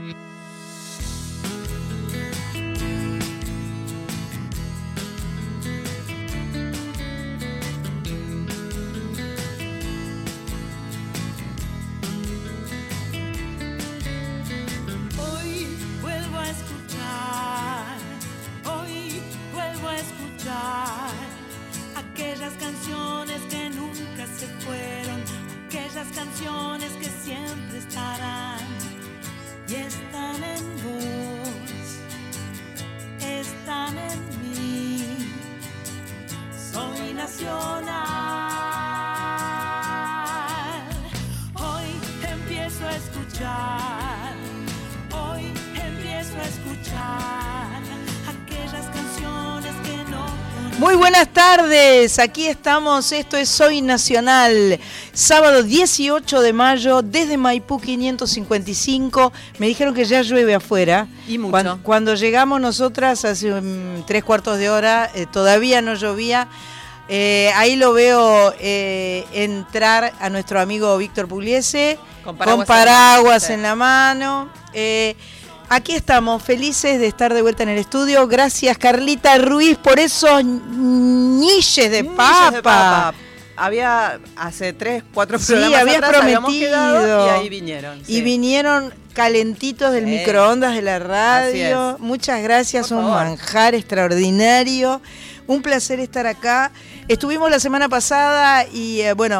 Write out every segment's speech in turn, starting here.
Aquellas canciones que nunca se fueron, aquellas canciones que siempre estarán y están en vos, están en mí. Soy nacional. Hoy empiezo a escuchar, hoy empiezo a escuchar aquellas canciones que no. Muy buenas tardes, aquí estamos, esto es Soy Nacional, sábado 18 de mayo, desde Maipú 555, me dijeron que ya llueve afuera. Y mucho. Cuando llegamos nosotras hace 3/4 de hora, todavía no llovía. Ahí lo veo entrar a nuestro amigo Víctor Pugliese, con paraguas en la mano. Aquí estamos, felices de estar de vuelta en el estudio. Gracias, Carlita Ruiz, por esos niches de papa. Había hace 3-4 Sí, programas habías atrás prometido. y ahí vinieron. Y vinieron calentitos del microondas de la radio. Muchas gracias, un manjar extraordinario. Un placer estar acá. Estuvimos la semana pasada y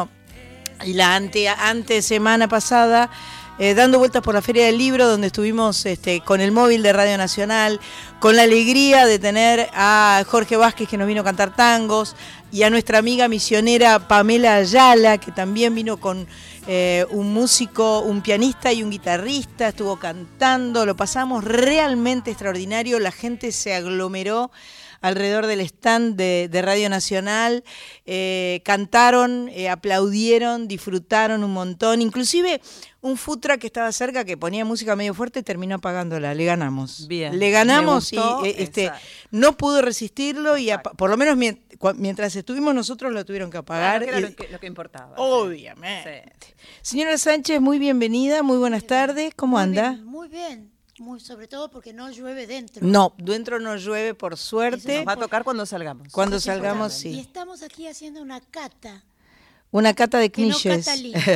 la antesemana pasada dando vueltas por la Feria del Libro, donde estuvimos con el móvil de Radio Nacional, con la alegría de tener a Jorge Vázquez, que nos vino a cantar tangos, y a nuestra amiga misionera Pamela Ayala, que también vino con un músico, un pianista y un guitarrista, estuvo cantando, lo pasamos realmente extraordinario, la gente se aglomeró alrededor del stand de Radio Nacional, cantaron, aplaudieron, disfrutaron un montón, inclusive un food truck que estaba cerca que ponía música medio fuerte terminó apagándola, le ganamos. Bien. Le ganamos gustó, y no pudo resistirlo y por lo menos mientras estuvimos nosotros lo tuvieron que apagar. Claro, que era lo que importaba. Obviamente. Sí. Señora Sánchez, muy bienvenida, muy buenas tardes, ¿cómo anda? Bien, muy bien. Sobre todo porque no llueve dentro. No, dentro no llueve, por suerte. Nos va a tocar cuando salgamos. Cuando salgamos, sí. Y estamos aquí haciendo una cata. Una cata de knishes.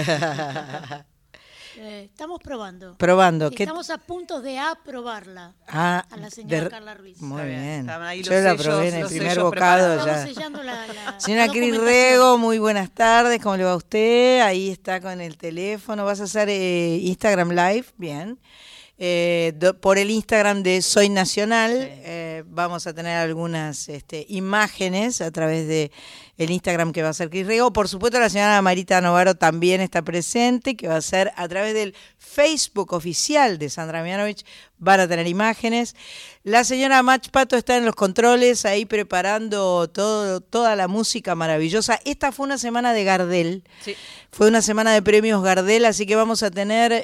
Estamos probando. Estamos a punto de aprobarla a la señora Carla Ruiz. Muy bien. Yo la probé en el primer bocado ya. Estamos sellando la señora Cris Rego, muy buenas tardes. ¿Cómo le va a usted? Ahí está con el teléfono. ¿Vas a hacer Instagram Live? Bien. Por el Instagram de Soy Nacional, vamos a tener algunas imágenes a través de el Instagram que va a ser Cris Rego. Por supuesto, la señora Marita Novaro también está presente, que va a ser a través del Facebook oficial de Sandra Mianovich, van a tener imágenes. La señora Mach Pato está en los controles, ahí preparando toda la música maravillosa. Esta fue una semana de Gardel, fue una semana de premios Gardel, así que vamos a tener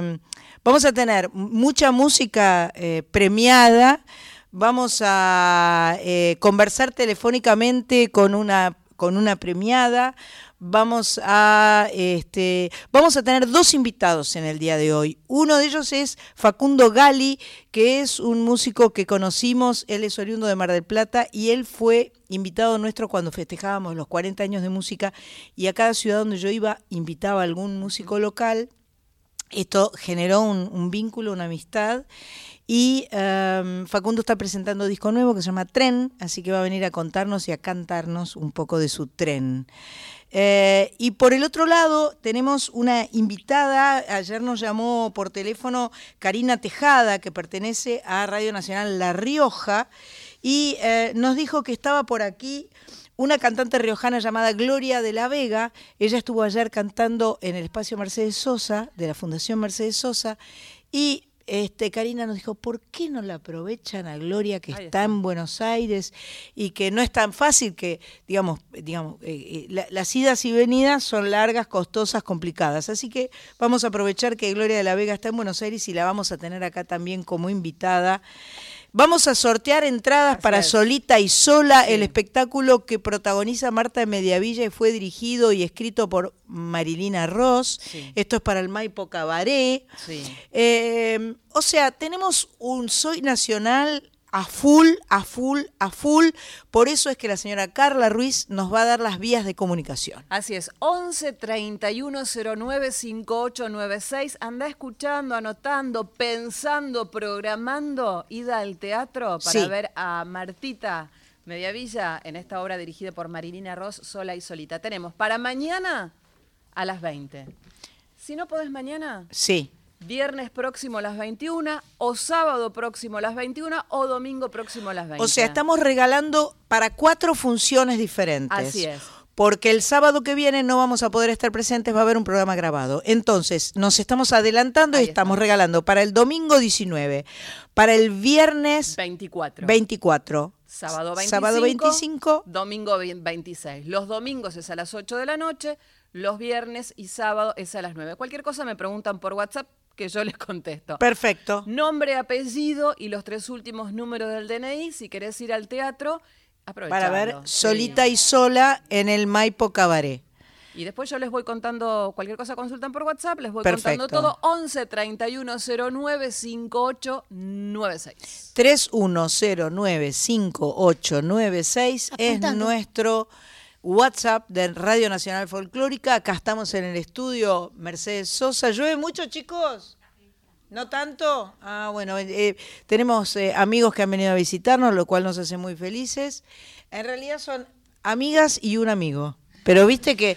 mucha música premiada, vamos a conversar telefónicamente con una premiada, vamos a tener 2 invitados en el día de hoy. Uno de ellos es Facundo Gali, que es un músico que conocimos, él es oriundo de Mar del Plata y él fue invitado nuestro cuando festejábamos los 40 años de música y a cada ciudad donde yo iba invitaba a algún músico local. Esto generó un vínculo, una amistad y Facundo está presentando disco nuevo que se llama Tren, así que va a venir a contarnos y a cantarnos un poco de su tren. Y por el otro lado tenemos una invitada, ayer nos llamó por teléfono Karina Tejada, que pertenece a Radio Nacional La Rioja, y nos dijo que estaba por aquí una cantante riojana llamada Gloria de la Vega. Ella estuvo ayer cantando en el espacio Mercedes Sosa, de la Fundación Mercedes Sosa, y Karina nos dijo, ¿por qué no la aprovechan a Gloria, que está en Buenos Aires y que no es tan fácil, que las idas y venidas son largas, costosas, complicadas? Así que vamos a aprovechar que Gloria de la Vega está en Buenos Aires y la vamos a tener acá también como invitada. Vamos a sortear entradas para Solita y Sola, el espectáculo que protagoniza Marta de Mediavilla y fue dirigido y escrito por Marilina Ross. Sí. Esto es para el Maipo Cabaret. Sí. O sea, tenemos un Soy Nacional a full. Por eso es que la señora Carla Ruiz nos va a dar las vías de comunicación. Así es, 11 31 09 5896. Anda escuchando, anotando, pensando, programando. Ida al teatro para ver a Martita Mediavilla en esta obra dirigida por Marilina Ross, Sola y Solita. Tenemos para mañana a las 20. Si no podés mañana... Sí. Viernes próximo a las 21, o sábado próximo a las 21, o domingo próximo a las 20. O sea, estamos regalando para 4 funciones diferentes. Así es. Porque el sábado que viene no vamos a poder estar presentes, va a haber un programa grabado. Entonces, nos estamos adelantando y estamos regalando para el domingo 19, para el viernes 24. Sábado 25, domingo 26. Los domingos es a las 8 de la noche, los viernes y sábado es a las 9. Cualquier cosa me preguntan por WhatsApp, que yo les contesto. Perfecto. Nombre, apellido y los 3 últimos números del DNI, si querés ir al teatro, aprovechando. Para ver Solita y Sola en el Maipo Cabaret. Y después yo les voy contando, cualquier cosa consultan por WhatsApp, les voy contando todo. 11 31 09 5896. 3109 5896 es nuestro WhatsApp de Radio Nacional Folclórica. Acá estamos en el estudio Mercedes Sosa. ¿Llueve mucho, chicos? ¿No tanto? Ah, bueno, tenemos amigos que han venido a visitarnos, lo cual nos hace muy felices. En realidad son amigas y un amigo. Pero viste que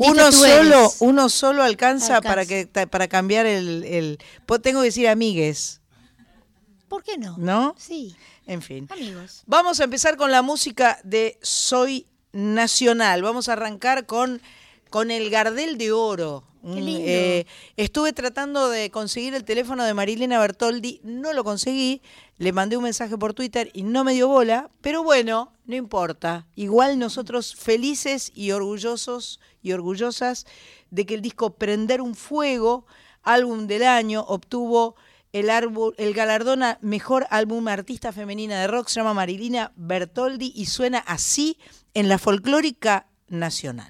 uno solo alcanza. para cambiar el tengo que decir amigues. ¿Por qué no? ¿No? Sí. En fin. Amigos. Vamos a empezar con la música de Soy Nacional. Vamos a arrancar con el Gardel de Oro. Qué lindo. Estuve tratando de conseguir el teléfono de Marilena Bertoldi, no lo conseguí, le mandé un mensaje por Twitter y no me dio bola, pero bueno, no importa. Igual nosotros felices y orgullosos y orgullosas de que el disco Prender un Fuego, álbum del año, obtuvo el galardón a Mejor Álbum Artista Femenina de Rock, se llama Marilena Bertoldi y suena así en la Folclórica Nacional.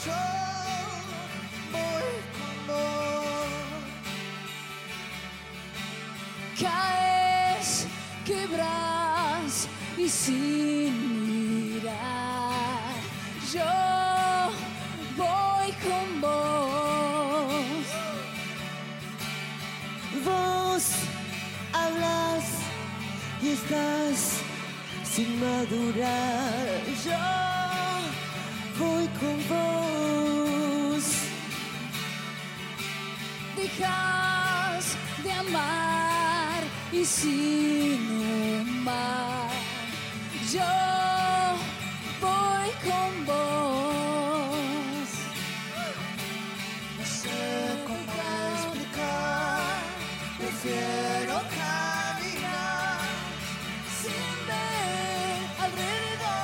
yo voy con vos. Caes, quebras y sin mirar, yo voy con vos. Vos hablas y estás sin madurar, yo voy con vos. Dejas de amar y sin amar, yo voy con vos. No sé cómo explicar, prefiero caminar sin ver alrededor.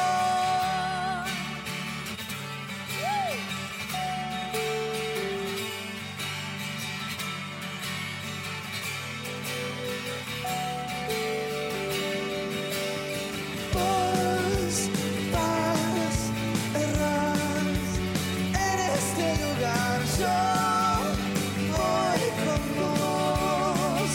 Vos vas, errás en este lugar, yo voy con vos.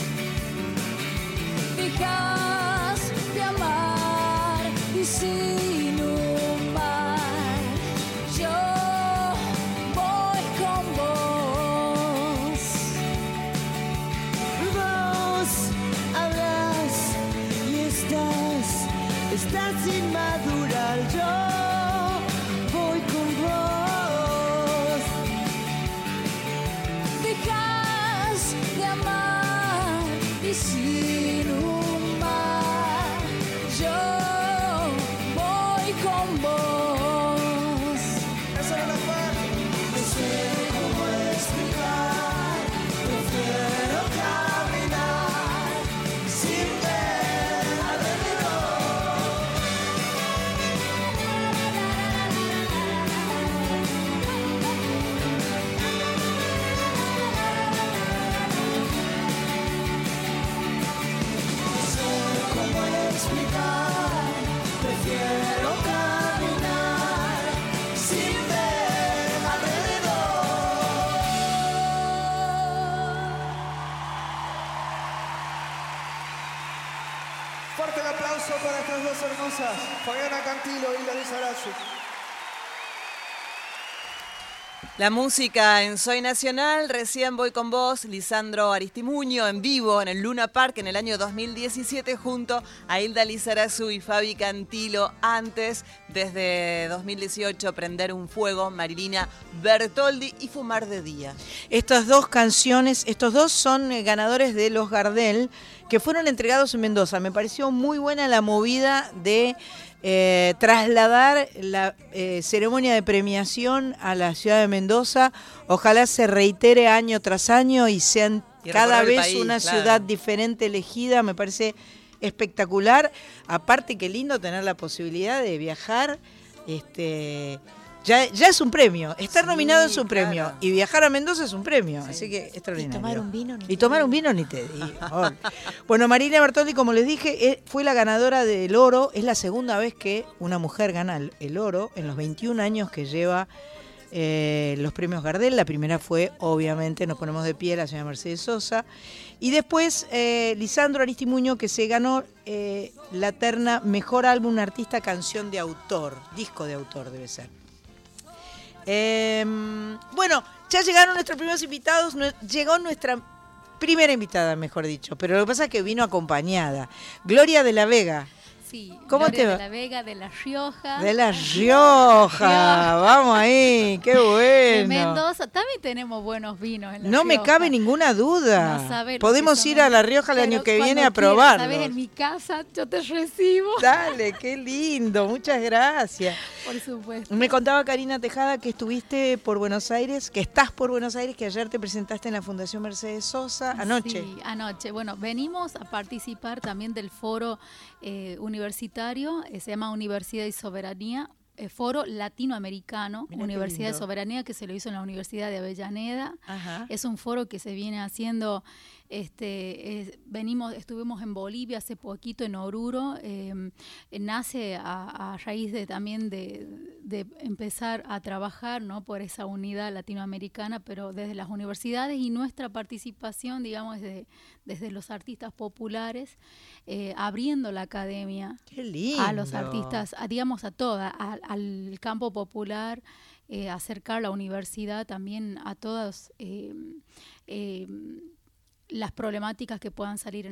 Dejas de amar y sin amar, yo voy con vos. Vos hablas y estás sin madurar, yo voy con vos. Dejas de amar y sin amar, yo voy con vos. Esa era la parte. No sé cómo explicar, prefiero caminar sin ver alrededor. No sé cómo explicar, prefiero caminar sin ver alrededor. Fuerte el aplauso para estas dos hermosas, Fabiana Cantilo y Hilda Lizarazu. La música en Soy Nacional, recién voy con vos, Lisandro Aristimuño en vivo en el Luna Park en el año 2017 junto a Hilda Lizarazu y Fabi Cantilo. Antes, desde 2018, Prender un Fuego, Marilina Bertoldi y Fumar de Día. Estas dos canciones, estos dos son ganadores de los Gardel que fueron entregados en Mendoza. Me pareció muy buena la movida de trasladar la ceremonia de premiación a la ciudad de Mendoza. Ojalá se reitere año tras año y sean cada vez país, una ciudad diferente elegida. Me parece espectacular. Aparte, qué lindo tener la posibilidad de viajar. Ya es un premio. Estar nominado es un premio. Y viajar a Mendoza es un premio. Sí. Así que extraordinario. Y tomar un vino ni te digo. Bueno, Marilina Bertoldi, como les dije, fue la ganadora del oro. Es la segunda vez que una mujer gana el oro en los 21 años que lleva los premios Gardel. La primera fue, obviamente, Nos ponemos de pie, la señora Mercedes Sosa. Y después Lisandro Aristimuño, que se ganó la terna Mejor Álbum Artista Canción de Autor. Disco de autor debe ser. Bueno, ya llegaron nuestros primeros invitados. Llegó nuestra primera invitada, mejor dicho. Pero lo que pasa es que vino acompañada. Gloria de la Vega. Sí, ¿cómo Gloria te va? De la Vega, de La Rioja. De La Rioja, vamos ahí, qué bueno. De Mendoza, también tenemos buenos vinos en La No Rioja. me cabe ninguna duda. No saber podemos ir a La Rioja el año que viene a probarlos. Sabes, en mi casa yo te recibo. Dale, qué lindo, muchas gracias. Por supuesto. Me contaba Karina Tejada que estuviste por Buenos Aires, que estás por Buenos Aires, que ayer te presentaste en la Fundación Mercedes Sosa, anoche. Sí, anoche. Bueno, venimos a participar también del foro universitario, se llama Universidad y Soberanía, foro latinoamericano, Mirá Universidad de Soberanía, que se lo hizo en la Universidad de Avellaneda. Ajá. Es un foro que se viene haciendo Estuvimos en Bolivia hace poquito, en Oruro. Nace a raíz también de empezar a trabajar, ¿no?, por esa unidad latinoamericana, pero desde las universidades, y nuestra participación, digamos, desde los artistas populares, abriendo la academia a los artistas, digamos, al campo popular, acercar la universidad también a todas las problemáticas que puedan salir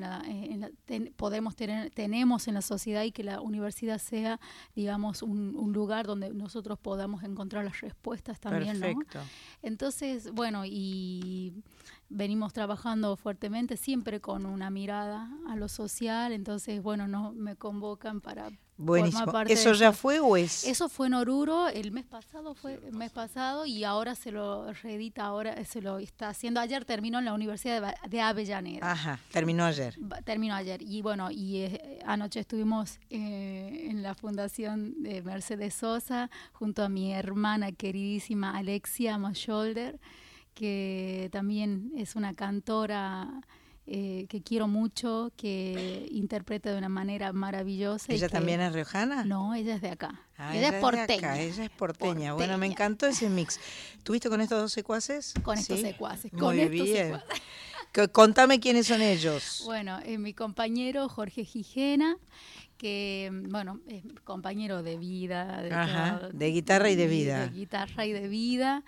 tenemos en la sociedad, y que la universidad sea, digamos, un lugar donde nosotros podamos encontrar las respuestas también. Perfecto. ¿No? Entonces, bueno, y venimos trabajando fuertemente, siempre con una mirada a lo social. Entonces, bueno, me convocan para buenísimo. formar parte ¿Eso de ya fue o es? Eso fue en Oruro el mes pasado, y ahora se lo reedita, ahora se lo está haciendo. Ayer terminó en la Universidad de Avellaneda. Ajá, terminó ayer. Terminó ayer. Y bueno, anoche estuvimos en la Fundación de Mercedes Sosa, junto a mi hermana queridísima Alexia Mosholder, que también es una cantora que quiero mucho, que interpreta de una manera maravillosa. ¿Ella también es riojana? No, ella es de acá. Ella es porteña. Ella es porteña. Bueno, me encantó ese mix. ¿Tuviste con estos dos secuaces? Con estos secuaces. Muy bien. Contame quiénes son ellos. Bueno, mi compañero Jorge Gijena, que, bueno, es compañero de vida. De guitarra y de vida. De guitarra y de vida.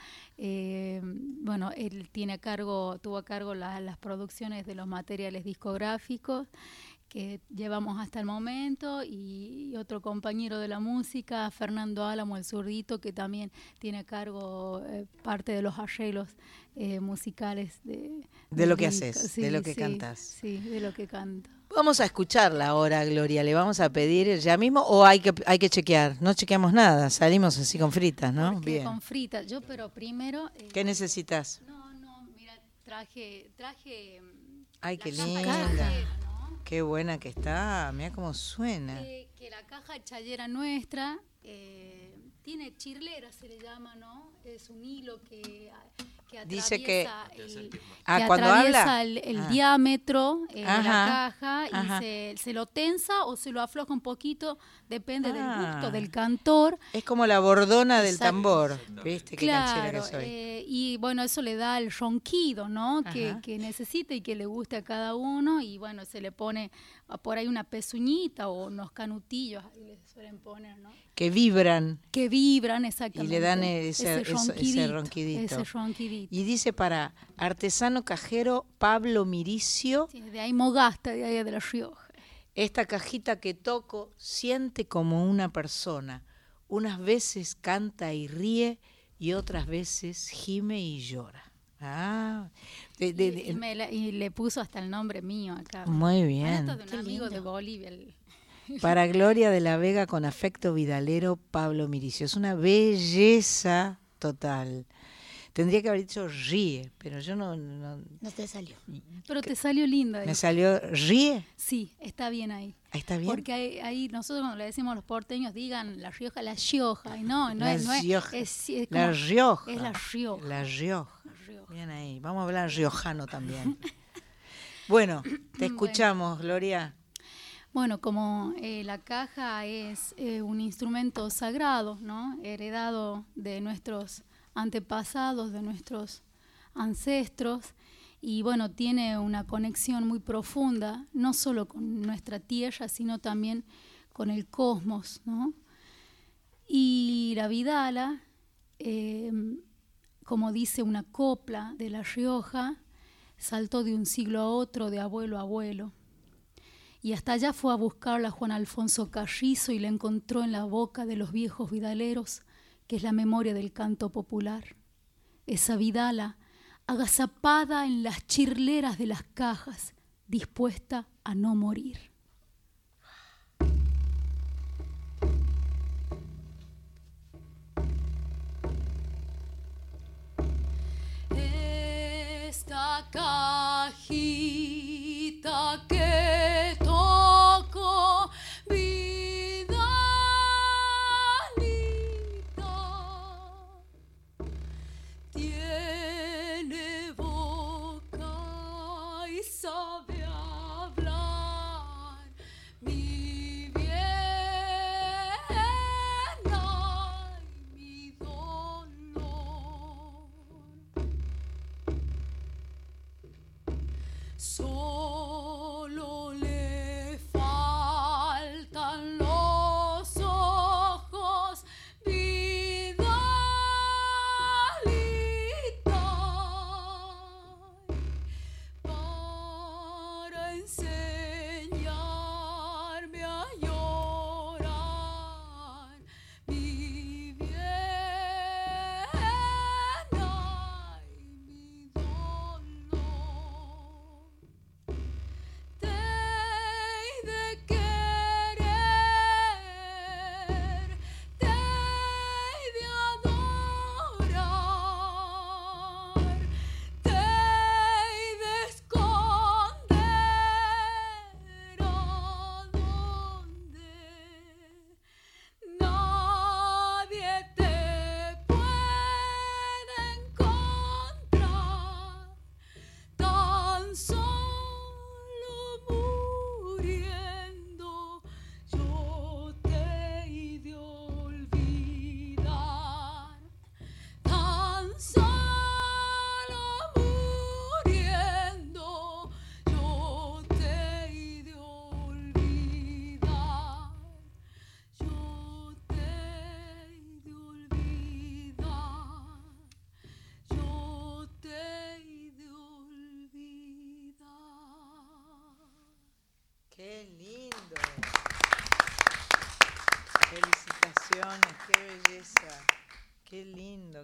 Bueno, él tuvo a cargo las producciones de los materiales discográficos que llevamos hasta el momento, y otro compañero de la música, Fernando Álamo, el zurdito, que también tiene a cargo parte de los arreglos musicales de lo que haces, sí, de lo que cantas. Sí, de lo que canto. Vamos a escucharla ahora, Gloria. Le vamos a pedir ya mismo, o hay que chequear. No chequeamos nada, salimos así con fritas, ¿no? Porque bien. Con fritas. Yo, pero primero. ¿Qué necesitas? No, mira, traje. Ay, qué linda. Qué buena que está, mira cómo suena. Que la caja chayera nuestra tiene chirlera, se le llama, ¿no? Es un hilo que atraviesa, dice que cuando atraviesa el diámetro de la caja, y se lo tensa o se lo afloja un poquito, depende del gusto del cantor. Es como la bordona del tambor, ¿viste? Qué canchera que soy. Y bueno, eso le da el ronquido, ¿no? Que necesita y que le guste a cada uno, y bueno, se le pone por ahí una pezuñita o unos canutillos, ahí le suelen poner, ¿no? Que vibran, exactamente. Y le dan ese ronquidito. Ese ronquidito. Y dice para artesano cajero Pablo Miricio. Sí, de ahí Mogasta, de ahí de La Rioja. Esta cajita que toco siente como una persona. Unas veces canta y ríe, y otras veces gime y llora. Y le puso hasta el nombre mío acá. Muy bien. Esto de un amigo de Bolivia. Para Gloria de la Vega, con afecto vidalero, Pablo Miricio. Es una belleza total. Tendría que haber dicho ríe, pero yo no te salió. Pero te salió linda. ¿Me salió ríe? Sí, está bien ahí. ¿Está bien? Porque ahí nosotros, cuando le decimos a los porteños, digan La Rioja, La Rioja. Y no La es Rioja. Es La Rioja. Es La Rioja. La Rioja. Bien ahí. Vamos a hablar riojano también. Bueno, te escuchamos, Gloria. Bueno, como la caja es un instrumento sagrado, ¿no? Heredado de nuestros antepasados, de nuestros ancestros, y bueno, tiene una conexión muy profunda, no solo con nuestra tierra, sino también con el cosmos, ¿no? Y la vidala, como dice una copla de La Rioja, saltó de un siglo a otro, de abuelo a abuelo. Y hasta allá fue a buscarla Juan Alfonso Carrizo, y la encontró en la boca de los viejos vidaleros, que es la memoria del canto popular. Esa vidala, agazapada en las chirleras de las cajas, dispuesta a no morir. Esta cajita que toco, vidalita, tiene boca y Solo le faltan los ojos, Vidalita, para enseñarme a llorar mi bien, ay, mi dolor. Te he de querer, te he de adorar, te he de esconder a donde nadie te puede encontrar, tan solo muriendo yo te he de olvidar, tan solo muriendo yo te he de olvidar, yo te he de olvidar, yo te he de olvidar. ¡Qué lindo! Felicitaciones, qué belleza. Qué lindo,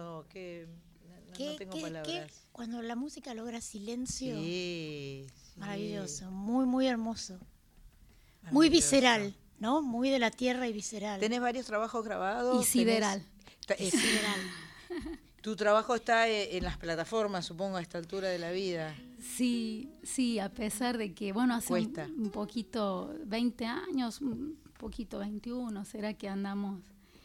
no tengo palabras. Cuando la música logra silencio, Sí, maravilloso, muy, muy hermoso. Muy visceral, ¿no? Muy de la tierra y visceral. ¿Tenés varios trabajos grabados? Y sideral. Sideral. Tu trabajo está en las plataformas, supongo, a esta altura de la vida. Sí, a pesar de que, bueno, hace Cuesta. un poquito, 20 años, un poquito 21, será que andamos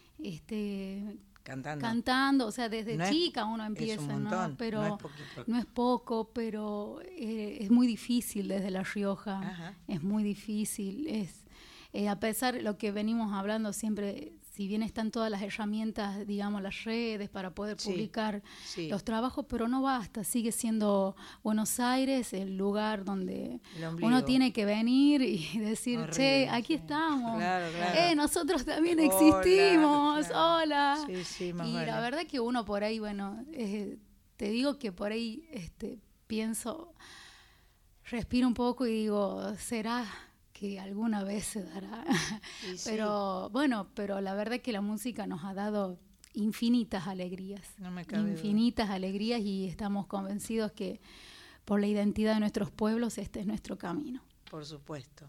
cantando, o sea, desde No chica uno empieza, es un montón, ¿no? Pero no es poquito. no es poco, pero es muy difícil desde La Rioja. Ajá. Es muy difícil, a pesar de lo que venimos hablando siempre, si bien están todas las herramientas, digamos, las redes para poder publicar los trabajos, pero no basta, sigue siendo Buenos Aires el lugar donde uno tiene que venir y decir, horrible, che, aquí estamos, Claro. nosotros también existimos, hola. Sí, más Y vale. la verdad que uno por ahí, bueno, te digo que por ahí pienso, respiro un poco y digo, ¿será que alguna vez se dará? Pero bueno, pero la verdad es que la música nos ha dado infinitas alegrías, No me cabe infinitas alegrías, y estamos convencidos que por la identidad de nuestros pueblos este es nuestro camino. Por supuesto.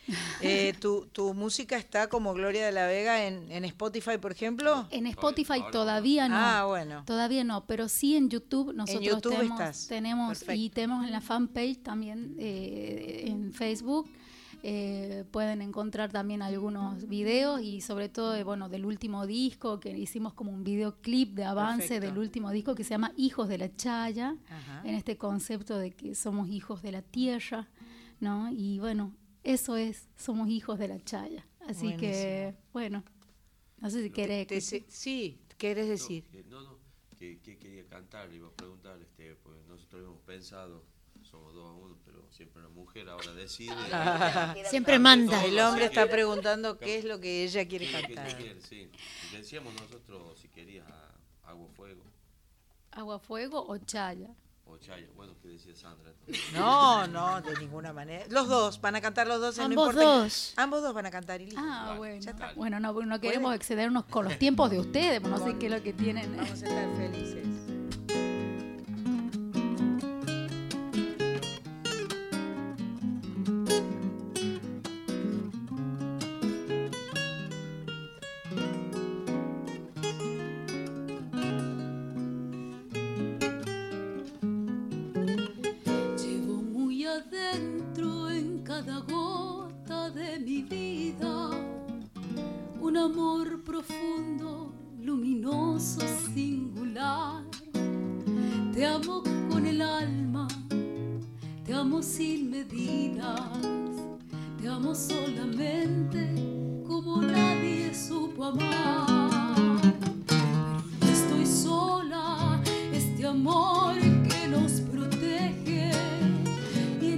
¿Tu música está como Gloria de la Vega en Spotify, por ejemplo? En Spotify todavía no. Ah, bueno. Todavía no, pero sí en YouTube nosotros YouTube tenemos Perfecto. y tenemos en la fanpage también, en Facebook. Pueden encontrar también algunos videos y sobre todo del último disco, que hicimos como un videoclip de avance. Perfecto. Del último disco, que se llama Hijos de la Chaya. Ajá. En este concepto de que somos hijos de la tierra, ¿no? Y bueno, eso es, somos hijos de la Chaya. Así Buenísimo. que, bueno, no sé si querés. Sí, ¿qué querés decir? Que quería cantar, iba a preguntar, porque nosotros hemos pensado, somos 2-1, pero siempre una mujer ahora decide. Siempre manda. El hombre está preguntando qué es lo que ella quiere cantar. Sí. Y decíamos nosotros si querías Agua Fuego. ¿Agua Fuego o Chaya? O Chaya, bueno, ¿qué decía Sandra? No, de ninguna manera. Los dos, van a cantar los dos. Ambos no importa. dos. Ambos dos van a cantar y listo. Bueno. Ya está. Bueno, no queremos excedernos con los tiempos de ustedes, pues no sé qué es lo que tienen. Vamos a estar felices. Llevo muy adentro en cada gota de mi vida un amor profundo, luminoso, singular. Te amo con el alma, te amo sin medidas, te amo solamente como nadie supo amar. Pero no estoy sola, este amor que nos protege y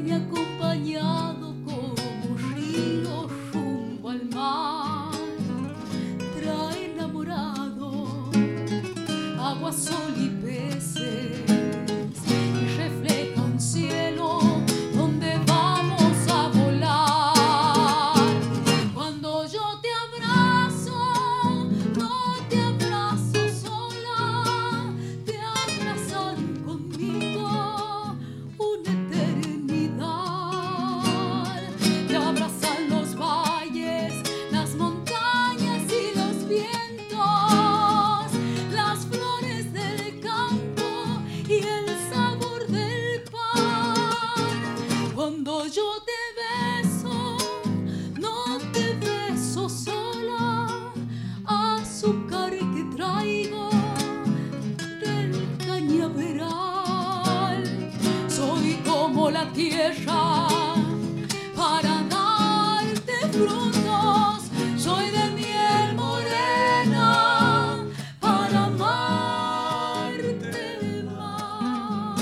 agua, sol y peces, y refleja un cielo donde vamos a volar. Cuando yo te abrazo, no te abrazo sola, te abrazan conmigo una eternidad. Te abrazan los valles, las montañas y los vientos, las flores del campo y el sabor del pan. Cuando yo te beso, no te beso sola, azúcar que traigo del cañaveral. Soy como la tierra para darte frutos, soy de miel morena para amarte más.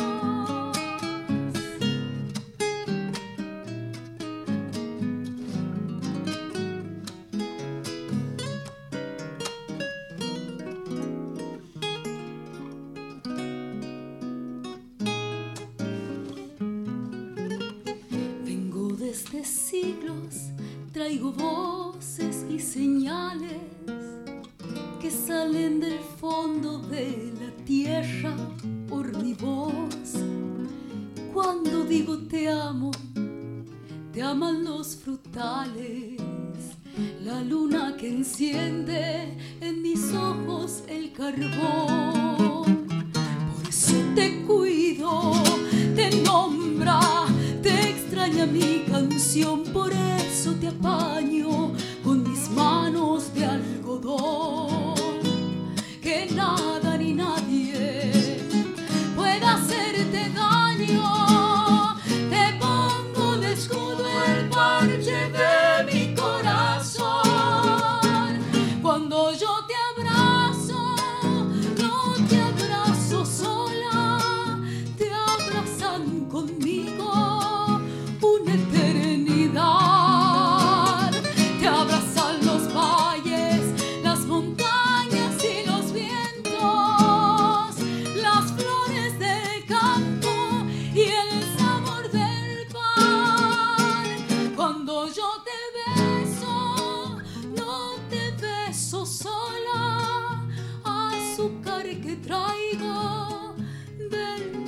Vengo desde siglos, traigo voces y señales que salen del fondo de la tierra por mi voz. Cuando digo te amo, te aman los frutales, la luna que enciende en mis ojos el carbón. Por eso te cuido, te nombra, te extraña mi canción, por eso te apaño con mis manos de algodón. Que nada ni nadie pueda hacerte daño, te pongo de escudo el parche de mi corazón. Cuando yo te abrazo, no te abrazo sola, te abrazan conmigo una eternidad. Te abrazan los valles, las montañas y los vientos, las flores del campo y el sabor del pan. Cuando yo te beso, no te beso sola, azúcar que traigo del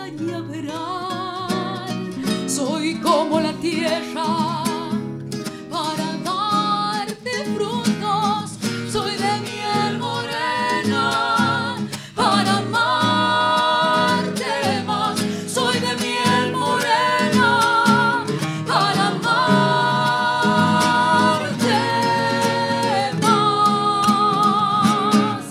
cañaveral. Soy como la tierra para darte frutos, soy de miel morena para amarte más. Soy de miel morena para amarte más.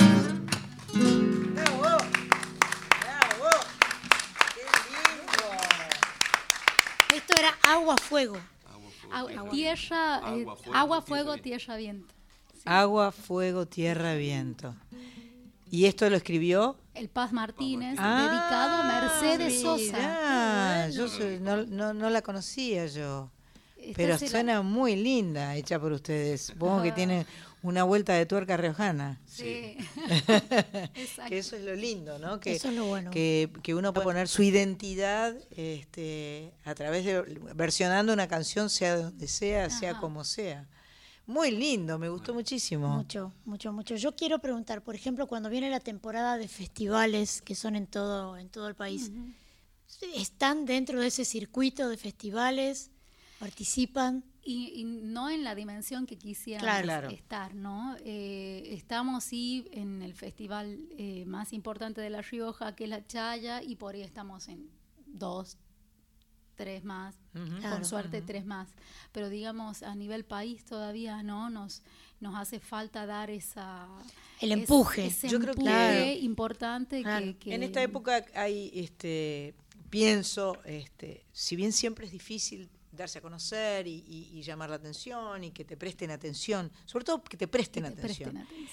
¡Bravo! ¡Bravo! ¡Qué lindo! Esto era agua, fuego. Tierra, agua, fuego, tierra, viento. Agua, fuego, tierra, viento. ¿Y esto lo escribió? El Paz Martínez, dedicado a Mercedes Sosa. Mirá, yo no la conocía yo. Pero suena muy linda, hecha por ustedes. Supongo que tiene una vuelta de tuerca riojana. Sí. Exacto. Que eso es lo lindo, ¿no? Que, Eso es lo bueno. que uno puede poner su identidad a través de versionando una canción, sea de donde sea, sea como sea. Muy lindo, me gustó muchísimo. Mucho, mucho, mucho. Yo quiero preguntar, por ejemplo, cuando viene la temporada de festivales que son en todo el país, ¿están dentro de ese circuito de festivales? ¿Participan? Y no en la dimensión que quisiéramos Claro. estar, ¿no? Estamos sí en el festival más importante de La Rioja, que es la Chaya, y por ahí estamos en 2, 3 más, Claro. con suerte 3 más. Pero digamos, a nivel país todavía no nos hace falta dar el empuje. Ese Yo creo que- empuje Claro. importante Claro. que En esta época hay, pienso, si bien siempre es difícil darse a conocer y llamar la atención y que te presten atención, sobre todo que te presten atención.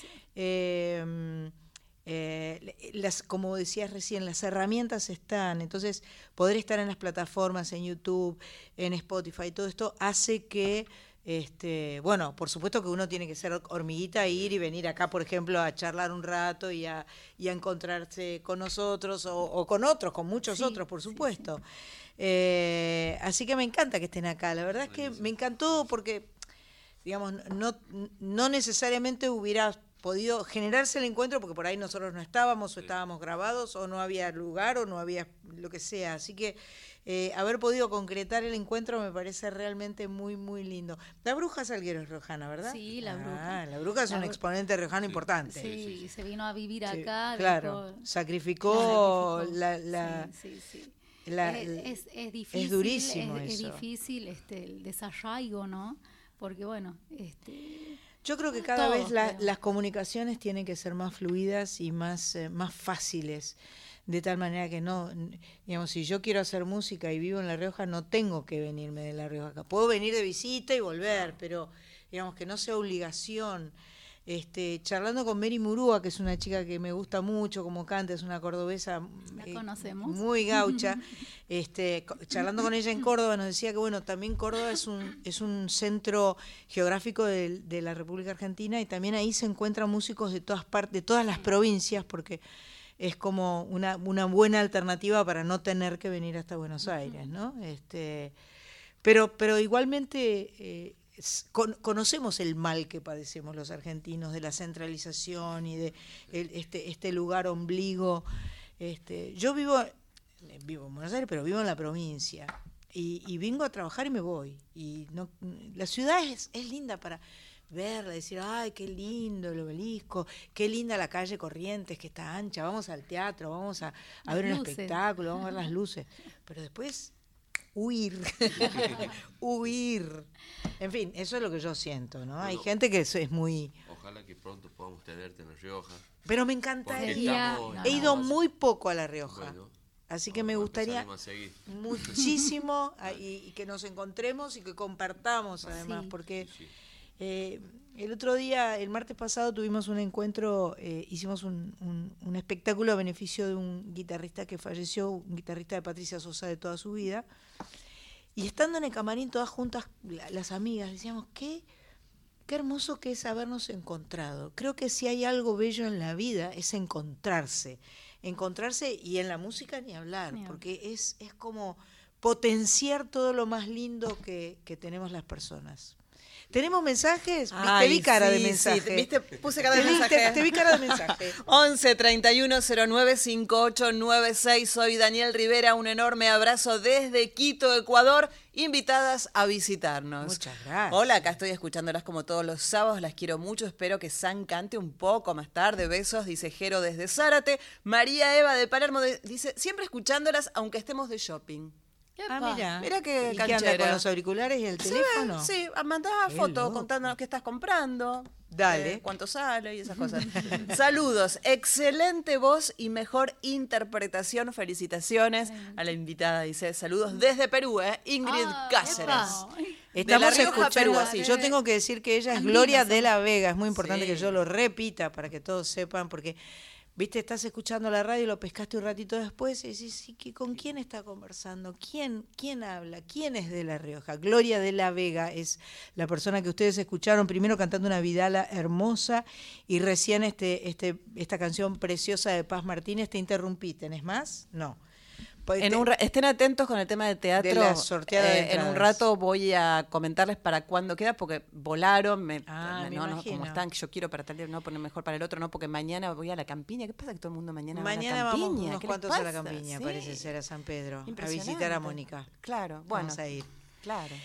Como decías recién, las herramientas están, entonces poder estar en las plataformas, en YouTube, en Spotify, todo esto hace que Bueno, por supuesto que uno tiene que ser hormiguita, ir y venir acá, por ejemplo, a charlar un rato y a encontrarse con nosotros o con otros, con muchos otros, por supuesto. Así que me encanta que estén acá. La verdad es que me encantó porque, digamos, no necesariamente hubiera podido generarse el encuentro porque por ahí nosotros no estábamos o estábamos grabados o no había lugar o no había lo que sea. Así que haber podido concretar el encuentro me parece realmente muy, muy lindo. La Bruja Salguero es riojana, ¿verdad? Sí, la Bruja. La Bruja es un exponente riojano importante. Sí, se vino a vivir acá. Claro, sacrificó Sí. Es difícil, es durísimo es eso. difícil el desarraigo, ¿no? Porque bueno, yo creo que cada vez las comunicaciones tienen que ser más fluidas y más fáciles, de tal manera que no, digamos, si yo quiero hacer música y vivo en La Rioja, no tengo que venirme de La Rioja. Puedo venir de visita y volver, pero digamos que no sea obligación. Charlando con Mary Murúa, que es una chica que me gusta mucho como canta, es una cordobesa muy gaucha, charlando con ella en Córdoba nos decía que bueno, también Córdoba es un centro geográfico de la República Argentina y también ahí se encuentran músicos de todas partes, de todas las provincias, porque es como una buena alternativa para no tener que venir hasta Buenos Aires, ¿no? Pero igualmente conocemos el mal que padecemos los argentinos de la centralización y de este lugar ombligo. Yo vivo en Buenos Aires, pero vivo en la provincia y vengo a trabajar y me voy. Y la ciudad es linda para verla, decir, ay, qué lindo el Obelisco, qué linda la calle Corrientes, que está ancha, vamos al teatro, vamos a ver un espectáculo, vamos a ver las luces. Pero después huir. En fin, eso es lo que yo siento, ¿no? Bueno, hay gente que es muy... Ojalá que pronto podamos tenerte en La Rioja. Pero me encantaría. He ido muy poco a La Rioja. Bueno, así que me gustaría muchísimo y que nos encontremos y que compartamos además, porque el otro día, el martes pasado, tuvimos un encuentro, hicimos un espectáculo a beneficio de un guitarrista que falleció, un guitarrista de Patricia Sosa de toda su vida, y estando en el camarín todas juntas, las amigas, decíamos, qué hermoso que es habernos encontrado. Creo que si hay algo bello en la vida es encontrarse y en la música ni hablar, porque es como potenciar todo lo más lindo que tenemos las personas. ¿Tenemos mensajes? Te vi cara de mensaje. Sí, ¿viste? Puse cara de mensaje. Te vi cara de mensaje. 11 31 09 5896. Soy Daniel Rivera. Un enorme abrazo desde Quito, Ecuador. Invitadas a visitarnos. Muchas gracias. Hola, acá estoy escuchándolas como todos los sábados. Las quiero mucho. Espero que San cante un poco más tarde. Besos, dice Jero desde Zárate. María Eva de Palermo dice, siempre escuchándolas aunque estemos de shopping. Mira qué ¿Y canchera. qué anda con los auriculares y el teléfono? Sí, mandás fotos contándonos qué estás comprando. Dale. Cuánto sale y esas cosas. Saludos, excelente voz y mejor interpretación. Felicitaciones a la invitada. Dice, saludos desde Perú, Ingrid Cáceres. Estamos escuchando. Perú, así. Yo tengo que decir que ella es Gloria de la Vega. Es muy importante que yo lo repita para que todos sepan, porque... Viste, estás escuchando la radio y lo pescaste un ratito después y decís, ¿con quién está conversando? ¿Quién habla? ¿Quién es de La Rioja? Gloria de la Vega es la persona que ustedes escucharon primero cantando una vidala hermosa y recién esta canción preciosa de Paz Martínez. Te interrumpí, ¿tenés más? No. Estén atentos con el tema de teatro. De la sorteada de en un rato voy a comentarles para cuándo queda, porque volaron, me como están, yo quiero para tal día, no poner mejor para el otro, no, porque mañana voy a la campiña. ¿Qué pasa que todo el mundo mañana va a la campiña? Vamos unos cuantos a la campiña, parece ser, a San Pedro, a visitar a Mónica. Claro, bueno. Vamos a ir. Claro.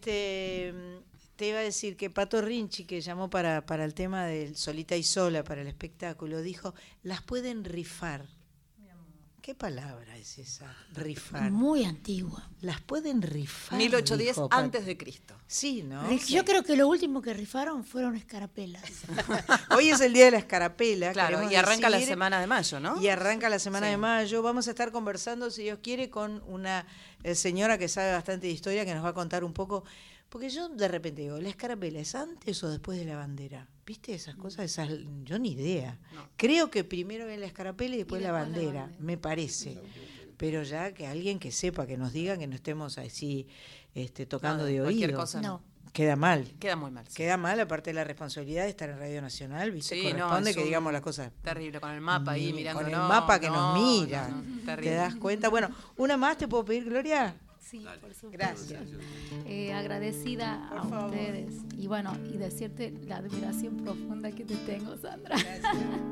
Te iba a decir que Pato Rinchi, que llamó para el tema del Solita y Sola, para el espectáculo, dijo, las pueden rifar. ¿Qué palabra es esa? Rifar. Muy antigua. Las pueden rifar. 1810 antes de Cristo. Sí, ¿no? Yo creo que lo último que rifaron fueron escarapelas. Hoy es el día de la escarapela. Claro, y arranca la semana de mayo, ¿no? Y arranca la semana de mayo. Vamos a estar conversando, si Dios quiere, con una señora que sabe bastante de historia, que nos va a contar un poco. Porque yo de repente digo, ¿la escarapela es antes o después de la bandera? ¿Viste esas cosas? Yo ni idea. No. Creo que primero viene la escarapela y después la bandera, me parece. Pero ya que alguien que sepa, que nos diga, que no estemos así tocando de oído. Cosa, no. Queda mal. Queda muy mal. Sí. Queda mal, aparte de la responsabilidad de estar en Radio Nacional, ¿viste? Sí, corresponde que digamos las cosas. Terrible, con el mapa ahí mirando. Con el mapa que nos mira. Terrible. ¿Te das cuenta? Bueno, ¿una más te puedo pedir, Gloria? Sí, por supuesto. Gracias. Agradecida por a favor. ustedes. Y bueno, y decirte la admiración profunda que te tengo, Sandra. Gracias.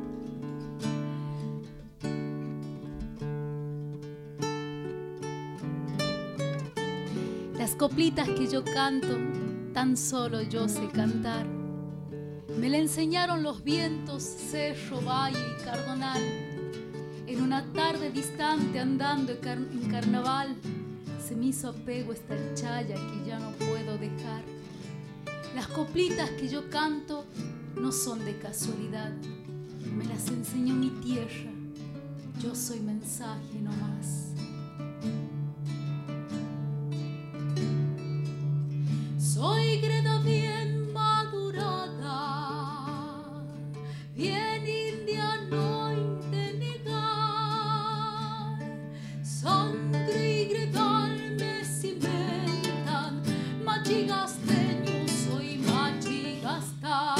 Las coplitas que yo canto, tan solo yo sé cantar. Me la enseñaron los vientos, cerro, valle y cardonal. En una tarde distante andando en carnaval, se me hizo apego esta chaya que ya no puedo dejar. Las coplitas que yo canto no son de casualidad, me las enseñó mi tierra, yo soy mensaje nomás. Soy greda bien madurada, bien india, no de negar. Sangre y gregal me cimentan, machigasteño soy machigasta.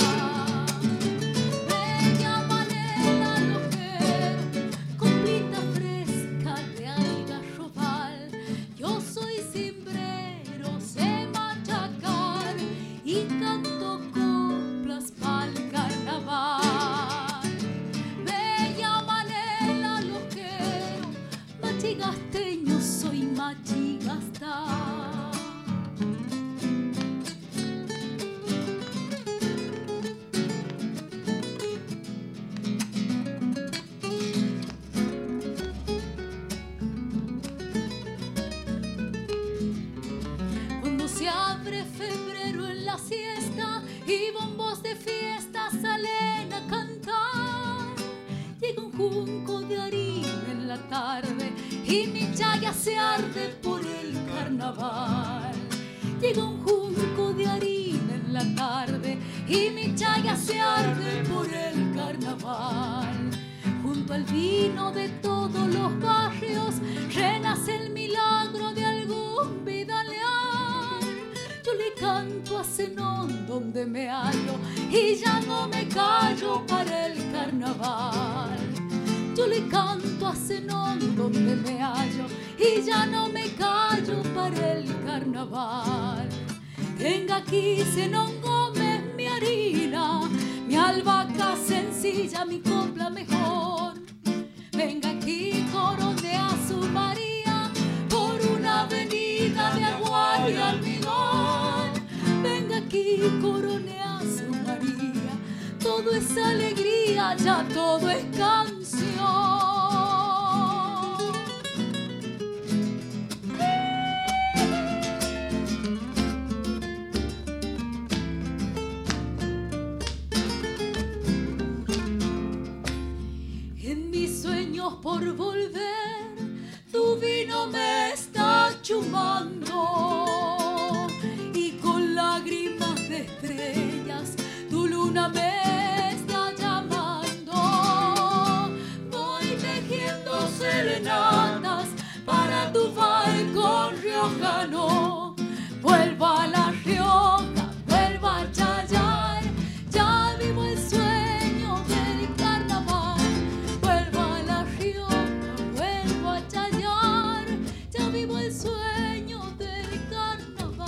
Bella manera lojer, coplita fresca de algarrobal. Yo soy cimbrero, sé machacar y canto coplas pa'l carnaval. Bella manera lojero, machigasteño soy machigasta. Cuando se abre febrero en la siesta y bombos de fiesta salen a cantar, llega un junco de harina en la tarde y mi chaya se arde por el carnaval. Llega un junco de harina en la tarde y mi chaya se arde por el carnaval. Junto al vino de todos los barrios renace el milagro de algún vidalear. Yo le canto a Zenón donde me hallo y ya no me callo para el carnaval. Yo le canto a Zenón donde me hallo y ya no me callo para el carnaval. Tenga aquí Zenón Gómez mi harina, mi albahaca sencilla, mi copla mejor. Venga aquí coronea su María por una avenida de agua y almidón. Venga aquí coronea su María, todo es alegría, ya todo es canción. En mis sueños por volver, tu vino me está chumando y con lágrimas de estrellas tu luna me está llamando. Voy tejiendo serenatas para tu balcón riojano. Vuelvo a La Rioja, vuelvo a Chayar, ya vivo el sueño del carnaval. Vuelvo a La Rioja, vuelvo a Chayar, ya vivo el sueño del carnaval.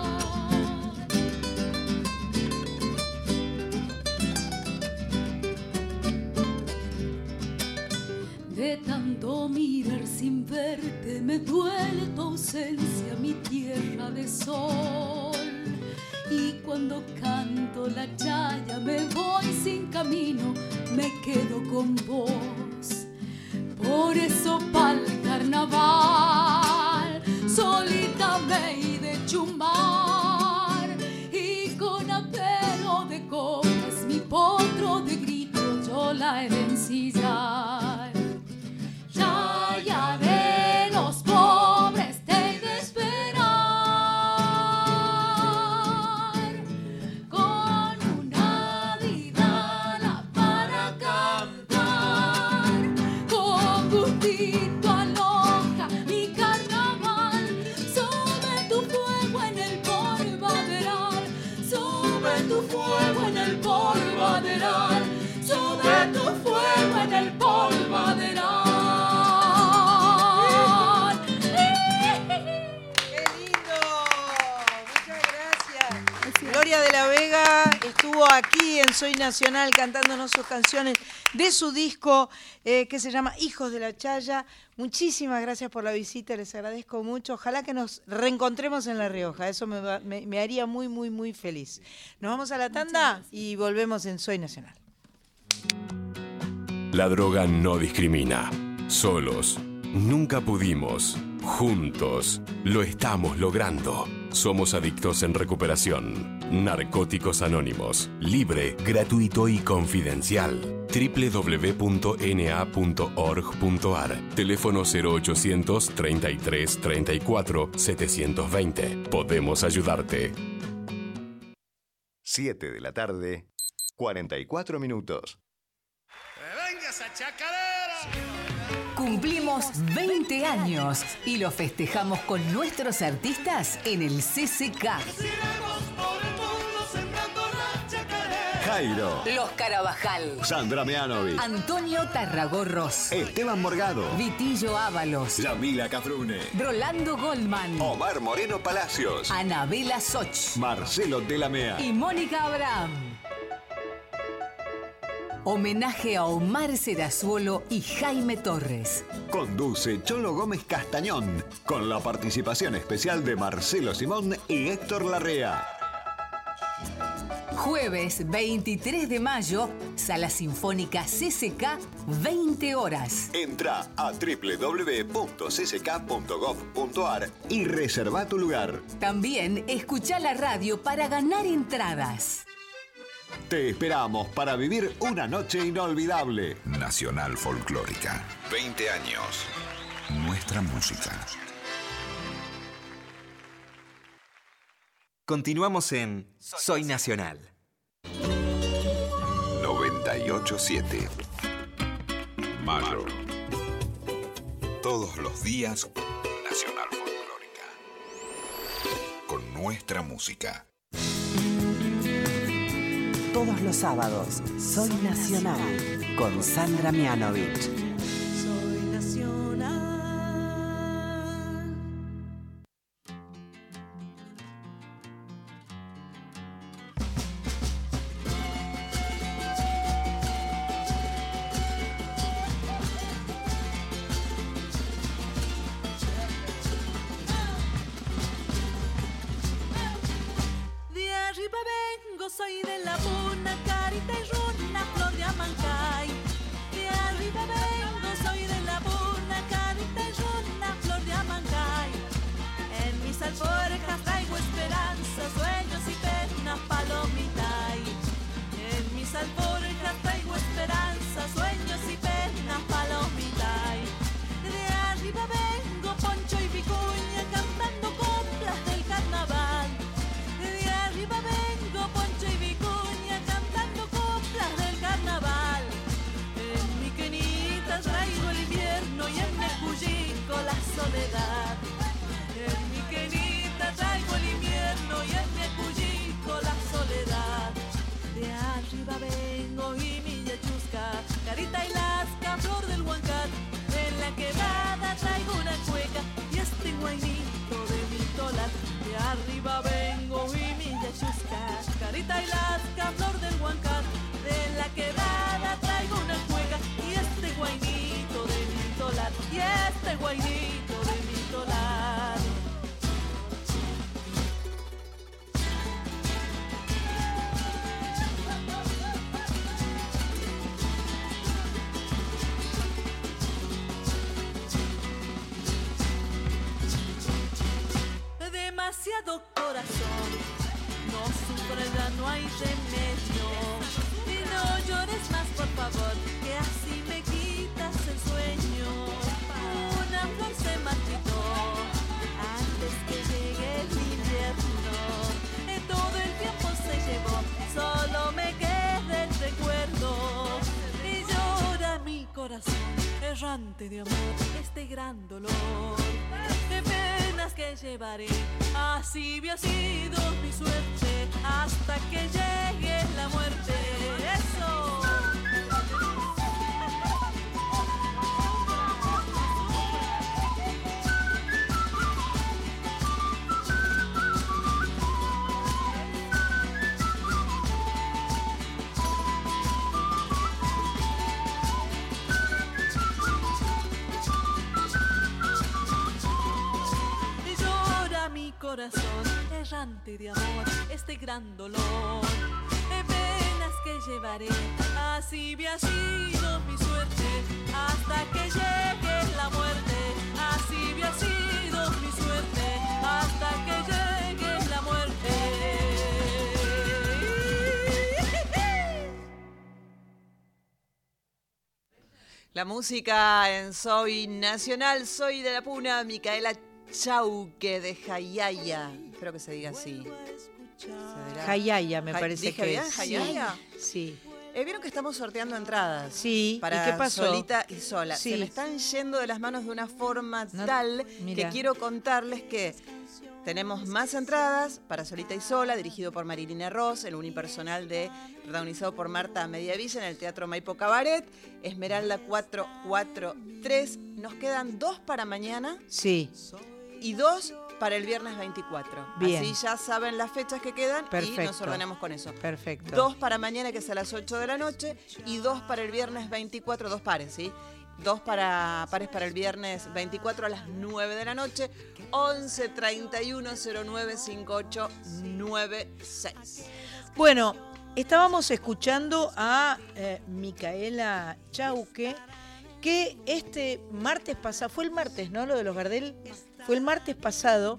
De tanto mirar sin verte me duele tu ausencia, mi tierra de sol. Y cuando canto la chaya me voy sin camino, me quedo con vos. Por eso pa'l carnaval solita me he de chumbar y con apero de copas mi potro de grito yo la he de ensillar. Ya de los pobres te he de esperar con una vidala para cantar, con gustito aloja mi carnaval, sobre tu fuego en el Soy Nacional cantándonos sus canciones de su disco que se llama Hijos de la Chaya. Muchísimas gracias por la visita, les agradezco mucho. Ojalá que nos reencontremos en La Rioja, eso me haría muy, muy, muy feliz. Nos vamos a la tanda y volvemos en Soy Nacional. La droga no discrimina. Solos nunca pudimos. Juntos lo estamos logrando. Somos adictos en recuperación. Narcóticos Anónimos. Libre, gratuito y confidencial. www.na.org.ar. Teléfono 0800 33 34 720. Podemos ayudarte. 7 de la tarde, 44 minutos. ¡Venga esa chacarera! Cumplimos 20 años y lo festejamos con nuestros artistas en el CCK. Jairo, Los Carabajal, Sandra Mianovich, Antonio Tarragorros, Esteban Morgado, Vitillo Ábalos, Yamila Cafrune, Rolando Goldman, Omar Moreno Palacios, Anabela Soch, Marcelo Delamea y Mónica Abraham. Homenaje a Omar Serazuolo y Jaime Torres. Conduce Cholo Gómez Castañón, con la participación especial de Marcelo Simón y Héctor Larrea. Jueves 23 de mayo, Sala Sinfónica CCK, 20 horas. Entra a www.cck.gov.ar y reserva tu lugar. También escucha la radio para ganar entradas. Te esperamos para vivir una noche inolvidable. Nacional Folclórica. 20 años. Nuestra música. Continuamos en Soy Nacional. 98.7. Mayo. Todos los días, Nacional Folclórica. Con nuestra música. Todos los sábados, Soy Nacional, con Sandra Mianovich. Soy Nacional. De arriba vengo, soy de la puna, carita y runa, flor de Amancay. De arriba vengo, soy de la puna, carita y runa, flor de Amancay. En mis alforjas traigo esperanza, sueños y penas, palomitay. En mis alforjas traigo esperanza, sueños y penas, palomitay. De arriba vengo, poncho y vicuña, cantando coplas del carnaval. De arriba vengo, poncho y vicuña, cantando coplas del carnaval. En mi quenita traigo el invierno y en mi cuyico la soledad. En mi quenita traigo el invierno y en mi cuyico la soledad. De arriba vengo y mi yachusca, carita y lasca, flor del huancar. En la quebrada traigo una cueca y este guainito de mi tolar. De arriba vengo y mi yachusca, carita y lasca, flor del huancar. De la quebrada traigo una cueca y este guainito de mi tolar. Y este guainito de mi tolar. Demasiado corazón, no sufra, no hay remedio. Y no llores más, por favor, que así me quitas el sueño. Una flor se marchitó antes que llegue el invierno. Todo el tiempo se llevó, solo me queda el recuerdo. Y llora mi corazón, errante de amor, este gran dolor. De penas que llevaré, así había sido mi suerte, hasta que llegue la muerte. ¡Eso! corazón errante de amor, este gran dolor, penas que llevaré, así me ha sido mi suerte, hasta que llegue la muerte, así me ha sido mi suerte, hasta que llegue la muerte. La música en Soy Nacional, Soy de la Puna, Micaela Chauque de Jayaya, espero que se diga así. Jayaya me parece ¿Dije que bien? es. ¿Jayaya? Sí. Vieron que estamos sorteando entradas. Sí, para ¿y qué pasó? Solita y Sola. Sí. Se me están yendo de las manos de una forma tal mira. que quiero contarles que tenemos más entradas para Solita y Sola, dirigido por Marilina Ross, el unipersonal protagonizado por Marta Mediavilla en el Teatro Maipo Cabaret, Esmeralda 443. Nos quedan 2 para mañana. Sí. Y 2 para el viernes 24. Bien. Así ya saben las fechas que quedan. Perfecto. Y nos ordenamos con eso. Perfecto. 2 para mañana, que es a las 8 de la noche, y 2 para el viernes 24, 2 pares, ¿sí? 2 pares para el viernes 24 a las 9 de la noche, 11 31 09 58 96. Bueno, estábamos escuchando a Micaela Chauque, que este martes pasado, fue el martes, ¿no? Lo de los Gardel, fue el martes pasado,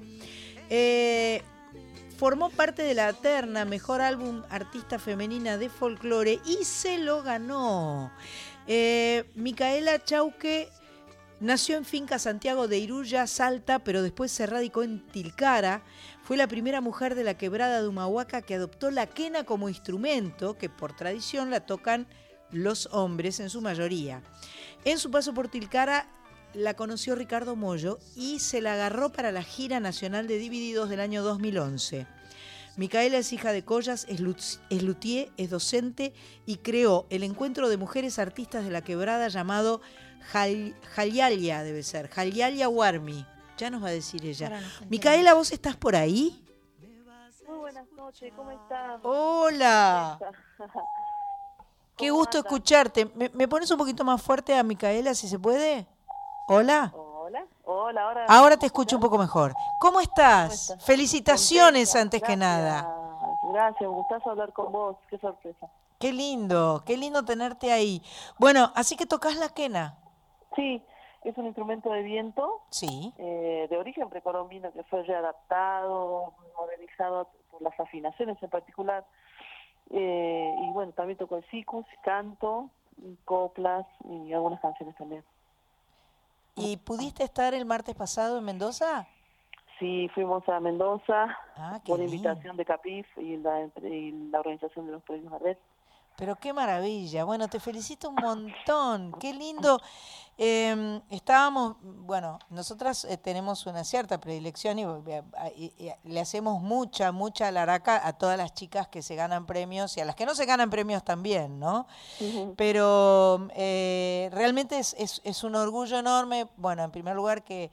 formó parte de la terna Mejor Álbum Artista Femenina de Folclore y se lo ganó. Micaela Chauque nació en Finca Santiago de Iruya, Salta, pero después se radicó en Tilcara. Fue la primera mujer de la quebrada de Humahuaca que adoptó la quena como instrumento, que por tradición la tocan los hombres en su mayoría. En su paso por Tilcara la conoció Ricardo Mollo y se la agarró para la gira nacional de Divididos del año 2011. Micaela es hija de Collas, es luthier, es docente y creó el encuentro de mujeres artistas de la quebrada llamado Jalialia, debe ser, Jalialia Warmi. Ya nos va a decir ella. Micaela, ¿vos estás por ahí? Muy buenas noches, ¿cómo estás? Hola. Qué gusto escucharte. ¿Me pones un poquito más fuerte a Micaela, si se puede? Hola. Hola. Ahora te escucho un poco mejor. ¿Cómo estás? Felicitaciones. Contenta, antes que nada. Gracias, un gustazo hablar con vos. Qué sorpresa. Qué lindo tenerte ahí. Bueno, así que tocas la quena. Sí, es un instrumento de viento. Sí. De origen precolombino que fue readaptado, modernizado por las afinaciones en particular. Y bueno, también toco el sikus, canto, coplas y algunas canciones también. ¿Y pudiste estar el martes pasado en Mendoza? Sí, fuimos a Mendoza por bien. Invitación de CAPIF y la organización de los premios Gardel. Pero qué maravilla. Bueno, te felicito un montón. Qué lindo. Estábamos, bueno, nosotras tenemos una cierta predilección y le hacemos mucha laraca a todas las chicas que se ganan premios y a las que no se ganan premios también, ¿no? Uh-huh. Pero realmente es un orgullo enorme, bueno, en primer lugar que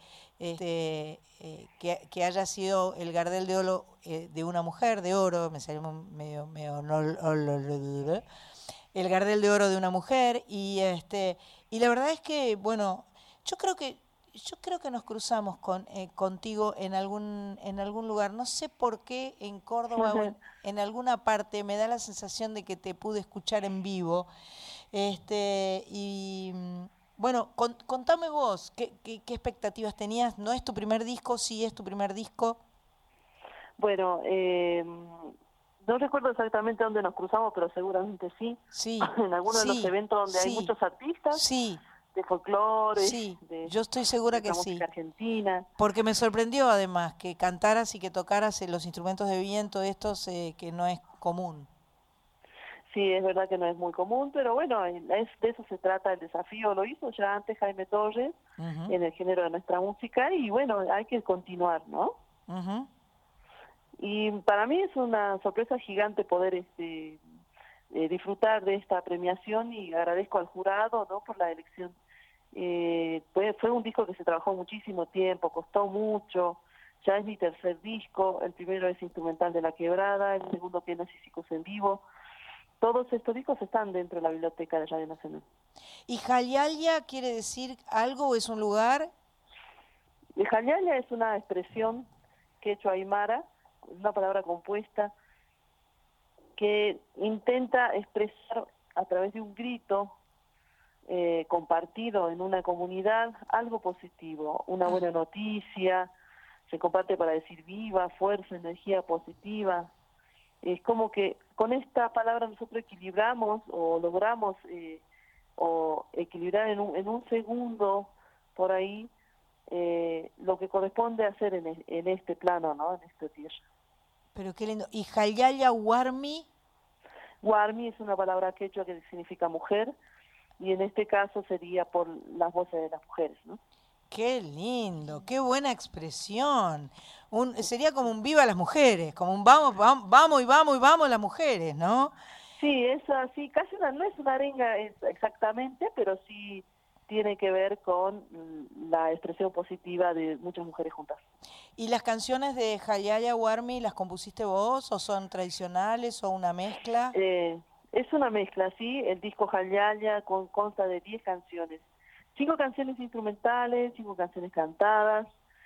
haya sido el Gardel de Oro de una mujer, de oro, me salió medio el Gardel de Oro de una mujer y la verdad es que, bueno, yo creo que nos cruzamos contigo en algún lugar, no sé por qué en Córdoba o en alguna parte me da la sensación de que te pude escuchar en vivo, y bueno, contame vos, ¿qué expectativas tenías? ¿No es tu primer disco? ¿Sí es tu primer disco? Bueno, no recuerdo exactamente dónde nos cruzamos, pero seguramente sí. Sí. En alguno de los eventos donde hay muchos artistas de folclore. Sí, yo estoy segura que sí. Música argentina. Porque me sorprendió además que cantaras y que tocaras los instrumentos de viento estos que no es común. Sí, es verdad que no es muy común, pero bueno, de eso se trata el desafío. Lo hizo ya antes Jaime Torres en el género de nuestra música y bueno, hay que continuar, ¿no? Uh-huh. Y para mí es una sorpresa gigante poder disfrutar de esta premiación y agradezco al jurado, ¿no?, por la elección. Fue un disco que se trabajó muchísimo tiempo, costó mucho. Ya es mi tercer disco, el primero es instrumental de La Quebrada, el segundo tiene Sísicos en vivo. Todos estos discos están dentro de la biblioteca de Radio Nacional. ¿Y Jalialia quiere decir algo o es un lugar? Jalialia es una expresión quechua aymara, una palabra compuesta que intenta expresar a través de un grito compartido en una comunidad algo positivo, una buena noticia, se comparte para decir viva, fuerza, energía positiva. Es como que con esta palabra nosotros equilibramos o logramos o equilibrar en un segundo por ahí lo que corresponde hacer en este plano, ¿no? En esta tierra. Pero qué lindo. ¿Y Jayaya Warmi? Warmi es una palabra quechua que significa mujer, y en este caso sería por las voces de las mujeres, ¿no? Qué lindo, qué buena expresión. Sería como un viva las mujeres, como un vamos las mujeres, ¿no? Sí, es así, casi no es una arenga exactamente, pero sí tiene que ver con la expresión positiva de muchas mujeres juntas. ¿Y las canciones de Jayaya Warmi las compusiste vos o son tradicionales o una mezcla? Es una mezcla, sí. El disco Jayaya consta de 10 canciones. 5 canciones instrumentales, 5 canciones cantadas.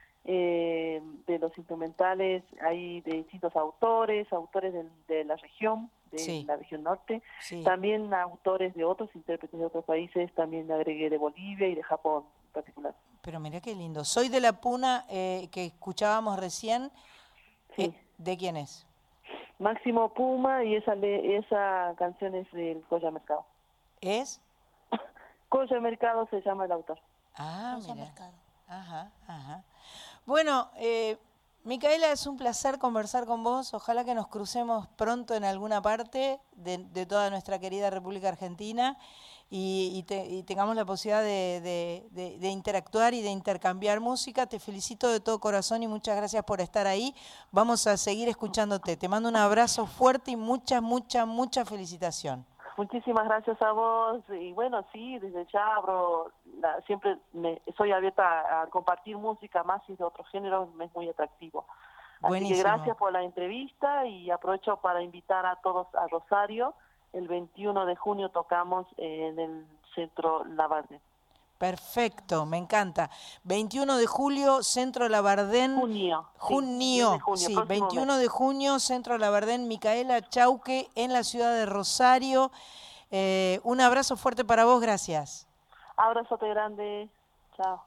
De los instrumentales hay de distintos autores de la región, la región norte. Sí. También autores de otros intérpretes de otros países, también agregué de Bolivia y de Japón en particular. Pero mira qué lindo. Soy de la Puna, que escuchábamos recién. Sí. ¿De quién es? Máximo Puma, y esa canción es del Colla Mercado. ¿Es? Colla Mercado se llama el autor. Ah, mira. Ajá. Bueno, Micaela, es un placer conversar con vos. Ojalá que nos crucemos pronto en alguna parte de toda nuestra querida República Argentina y tengamos la posibilidad de interactuar y de intercambiar música. Te felicito de todo corazón y muchas gracias por estar ahí. Vamos a seguir escuchándote. Te mando un abrazo fuerte y mucha felicitación. Muchísimas gracias a vos, y bueno, sí, desde ya siempre soy abierta a compartir música, más si de otros géneros, me es muy atractivo. Buenísimo. Así que gracias por la entrevista y aprovecho para invitar a todos a Rosario. El 21 de junio tocamos en el Centro Labardén. Perfecto, me encanta. 21 de julio, Centro Labardén. Junio, sí, 21 de junio, Centro Labardén, Micaela Chauque, en la ciudad de Rosario. Un abrazo fuerte para vos, gracias. Abrazote grande, chao.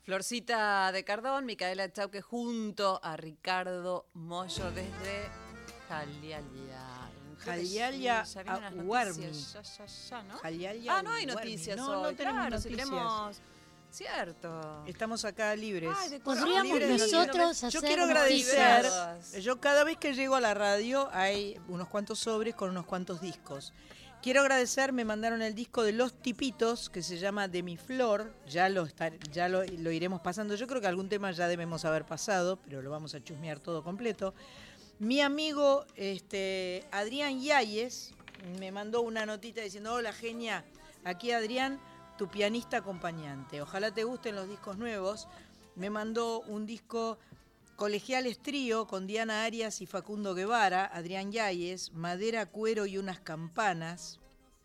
Florcita de Cardón, Micaela Chauque junto a Ricardo Mollo desde Jalialia. Jalialia a Huarmi. ¿No? Jalialia no hay Huarmi. noticias No, hoy. no tenemos Claro, noticias. seguiremos... Cierto. Estamos acá libres. Podríamos Libres. nosotros Yo hacer quiero una agradecer. liberadas. Yo cada vez que llego a la radio hay unos cuantos sobres con unos cuantos discos. Quiero agradecer, me mandaron el disco de Los Tipitos, que se llama De Mi Flor, ya lo iremos pasando. Yo creo que algún tema ya debemos haber pasado, pero lo vamos a chusmear todo completo. Mi amigo Adrián Yáñez me mandó una notita diciendo: hola genia, aquí Adrián, tu pianista acompañante. Ojalá te gusten los discos nuevos. Me mandó un disco Colegiales Trío con Diana Arias y Facundo Guevara, Adrián Yáñez, Madera, Cuero y unas campanas.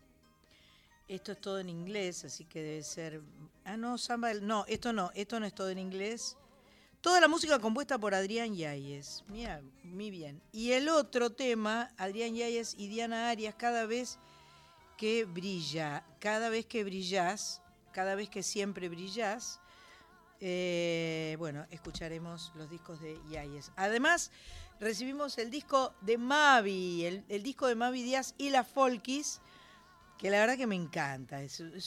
Esto es todo en inglés, así que debe ser... no, samba... No, esto no es todo en inglés. Toda la música compuesta por Adrián Yáñez. Mira, muy bien. Y el otro tema, Adrián Yáñez y Diana Arias, cada vez que brilla, cada vez que brillás, cada vez que siempre brillás. Bueno, escucharemos los discos de Yáñez. Además, recibimos el disco de Mavi, el disco de Mavi Díaz y la Folkis, que la verdad que me encanta.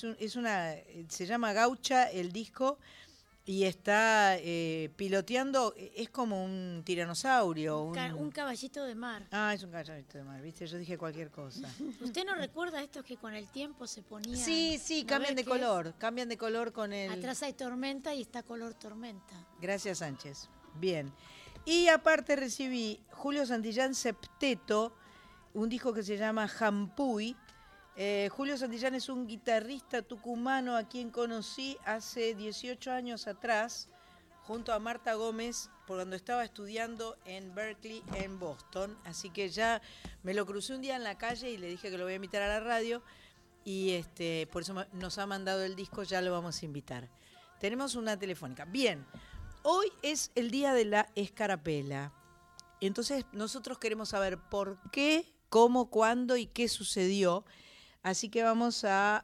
Se llama Gaucha el disco y está piloteando, es como un tiranosaurio. Un caballito de mar. Es un caballito de mar, ¿viste? Yo dije cualquier cosa. ¿Usted no recuerda estos que con el tiempo se ponían? Sí, cambian de color con el... Atrás hay tormenta y está color tormenta. Gracias, Sánchez. Bien. Y aparte recibí Julio Santillán Septeto, un disco que se llama Jampuy. Julio Santillán es un guitarrista tucumano a quien conocí hace 18 años atrás, junto a Marta Gómez, por cuando estaba estudiando en Berkeley, en Boston. Así que ya me lo crucé un día en la calle y le dije que lo voy a invitar a la radio. Y por eso nos ha mandado el disco, ya lo vamos a invitar. Tenemos una telefónica. Bien, hoy es el día de la escarapela. Entonces nosotros queremos saber por qué, cómo, cuándo y qué sucedió. Así que vamos a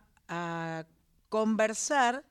conversar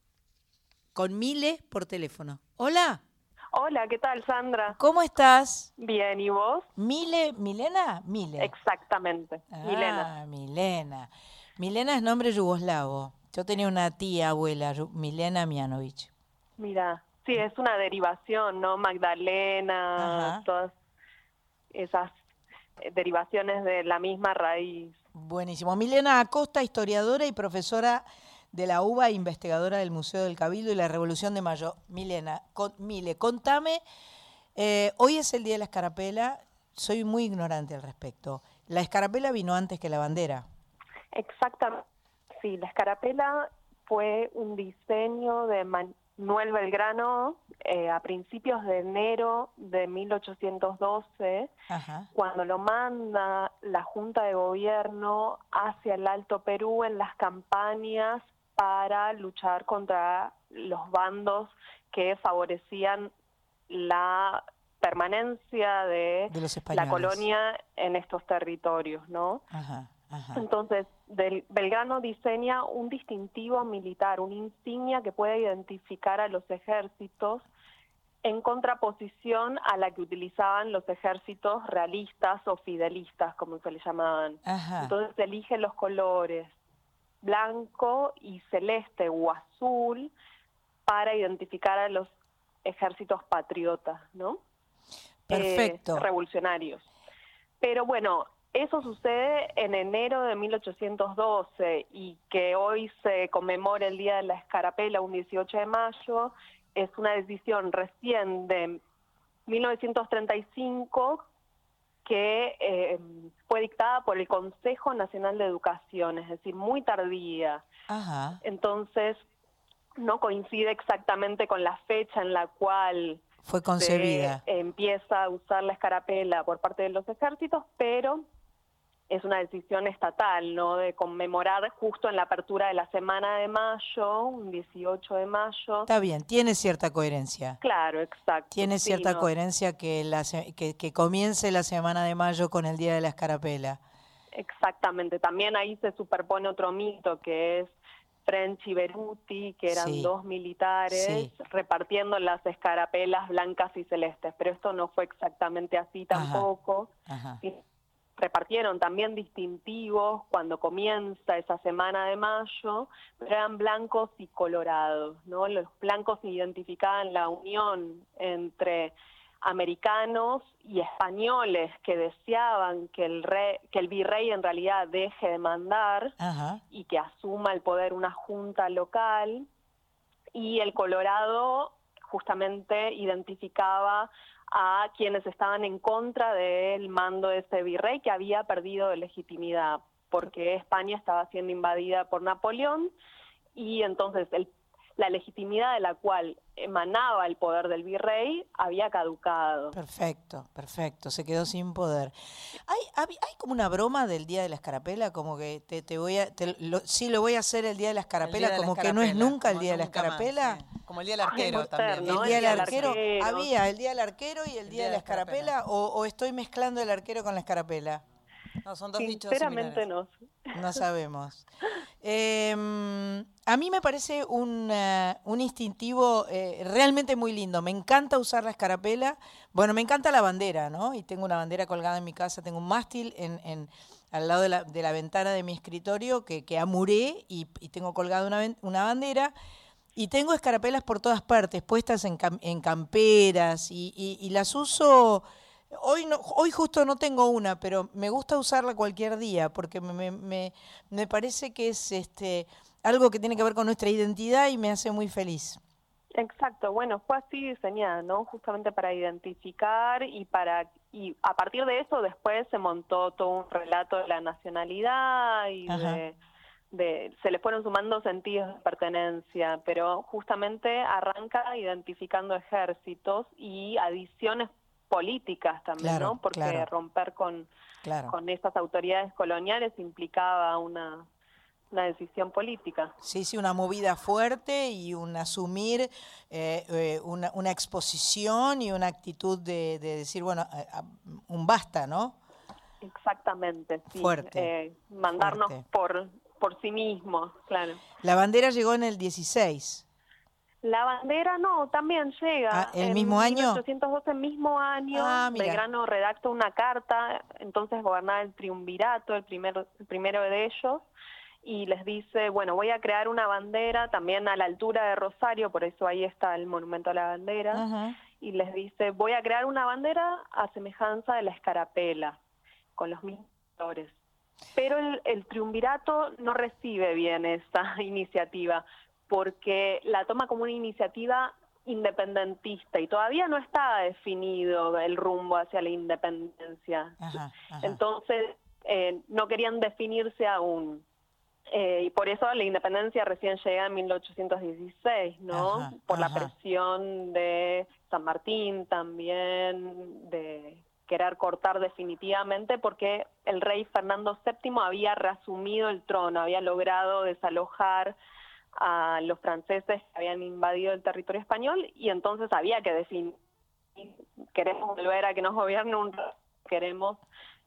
con Mile por teléfono. Hola. Hola, ¿qué tal, Sandra? ¿Cómo estás? Bien, ¿y vos? ¿Milena? Exactamente, Milena. Milena. Milena es nombre yugoslavo. Yo tenía una tía abuela, Milena Mijanović. Mira, sí, es una derivación, ¿no? Magdalena, Ajá. Todas esas derivaciones de la misma raíz. Buenísimo. Milena Acosta, historiadora y profesora de la UBA, investigadora del Museo del Cabildo y la Revolución de Mayo. Milena, contame, hoy es el Día de la Escarapela, soy muy ignorante al respecto. ¿La escarapela vino antes que la bandera? Exactamente, sí, la escarapela fue un diseño de Manuel Belgrano a principios de enero de 1812, Ajá. cuando lo manda la Junta de Gobierno hacia el Alto Perú en las campañas para luchar contra los bandos que favorecían la permanencia de los españoles, la colonia en estos territorios, ¿no? Ajá, ajá. Entonces, Belgrano diseña un distintivo militar, una insignia que puede identificar a los ejércitos en contraposición a la que utilizaban los ejércitos realistas o fidelistas, como se le llamaban. Ajá. Entonces elige los colores blanco y celeste o azul para identificar a los ejércitos patriotas, ¿no? Perfecto. Revolucionarios. Pero bueno, eso sucede en enero de 1812 y que hoy se conmemora el Día de la Escarapela, un 18 de mayo, es una decisión recién de 1935 que fue dictada por el Consejo Nacional de Educación, es decir, muy tardía. Ajá. Entonces, no coincide exactamente con la fecha en la cual fue concebida. Se empieza a usar la escarapela por parte de los ejércitos, pero es una decisión estatal, ¿no? De conmemorar justo en la apertura de la Semana de Mayo, un 18 de mayo. Está bien, tiene cierta coherencia. Claro, exacto. Tiene cierta coherencia que comience la Semana de Mayo con el Día de la Escarapela. Exactamente. También ahí se superpone otro mito, que es French y Beruti, que eran Sí. dos militares, Sí. repartiendo las escarapelas blancas y celestes, pero esto no fue exactamente así tampoco. Ajá. Sí, repartieron también distintivos cuando comienza esa semana de mayo, pero eran blancos y colorados, ¿no? Los blancos identificaban la unión entre americanos y españoles que deseaban que el virrey en realidad deje de mandar Ajá. y que asuma el poder una junta local, y el colorado justamente identificaba a quienes estaban en contra del mando de ese virrey que había perdido de legitimidad, porque España estaba siendo invadida por Napoleón, y entonces la legitimidad de la cual emanaba el poder del virrey había caducado. Perfecto, se quedó sin poder. Hay como una broma del Día de la Escarapela, como que sí lo voy a hacer el Día de la Escarapela, como que no es nunca el Día de la Escarapela. Como el Día del Arquero también. El Día del Arquero, había el Día del Arquero y el Día de la Escarapela, o estoy mezclando el arquero con la escarapela. No, son dos dichos Sinceramente similares. No sabemos. A mí me parece un instintivo realmente muy lindo. Me encanta usar la escarapela. Bueno, me encanta la bandera, ¿no? Y tengo una bandera colgada en mi casa. Tengo un mástil al lado de la ventana de mi escritorio que amuré y tengo colgada una bandera. Y tengo escarapelas por todas partes, puestas en camperas y las uso. Hoy justo no tengo una, pero me gusta usarla cualquier día porque me parece que es algo que tiene que ver con nuestra identidad y me hace muy feliz. Exacto, bueno, fue así diseñada, ¿no? Justamente para identificar y a partir de eso después se montó todo un relato de la nacionalidad y se le fueron sumando sentidos de pertenencia, pero justamente arranca identificando ejércitos y adiciones políticas también, ¿no? Porque romper con esas autoridades coloniales implicaba una decisión política. Sí, una movida fuerte y un asumir una exposición y una actitud de decir, bueno, un basta, ¿no? Exactamente, sí. Fuerte. Mandarnos fuerte. por sí mismos, claro. La bandera llegó en el 16. La bandera no, también llega. ¿El mismo año? En 1812, mismo año, Belgrano redacta una carta, entonces gobernaba el triunvirato, el primero de ellos, y les dice, bueno, voy a crear una bandera también a la altura de Rosario, por eso ahí está el monumento a la bandera, y les dice, voy a crear una bandera a semejanza de la escarapela, con los mismos colores. Pero el triunvirato no recibe bien esa iniciativa, porque la toma como una iniciativa independentista y todavía no estaba definido el rumbo hacia la independencia. Entonces, no querían definirse aún. Y por eso la independencia recién llega en 1816, ¿no? Por la presión de San Martín también, de querer cortar definitivamente, porque el rey Fernando VII había reasumido el trono, había logrado desalojar a los franceses que habían invadido el territorio español, y entonces había que definir, queremos volver a que nos gobierne queremos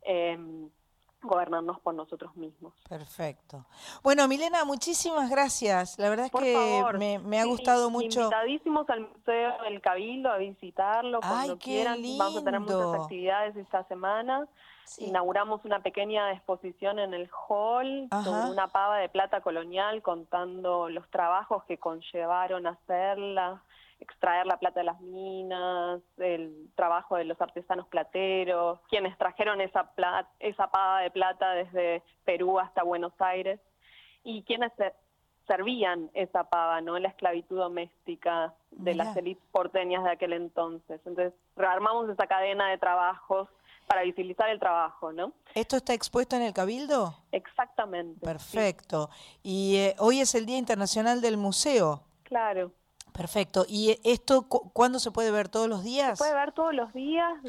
gobernarnos por nosotros mismos. Perfecto. Bueno, Milena, muchísimas gracias. La verdad es que me ha gustado mucho. Invitadísimos al Museo del Cabildo a visitarlo cuando quieran. Lindo. Vamos a tener muchas actividades esta semana. Inauguramos una pequeña exposición en el hall sobre una pava de plata colonial, contando los trabajos que conllevaron a hacerla, extraer la plata de las minas, el trabajo de los artesanos plateros, quienes trajeron esa pava de plata desde Perú hasta Buenos Aires, y quienes servían esa pava, ¿no? La esclavitud doméstica de las élites porteñas de aquel entonces. Entonces, rearmamos esa cadena de trabajos para visibilizar el trabajo, ¿no? ¿Esto está expuesto en el Cabildo? Exactamente. Perfecto. Y hoy es el Día Internacional del Museo. Claro. Perfecto. ¿Y esto cuándo se puede ver? ¿Todos los días? Se puede ver todos los días,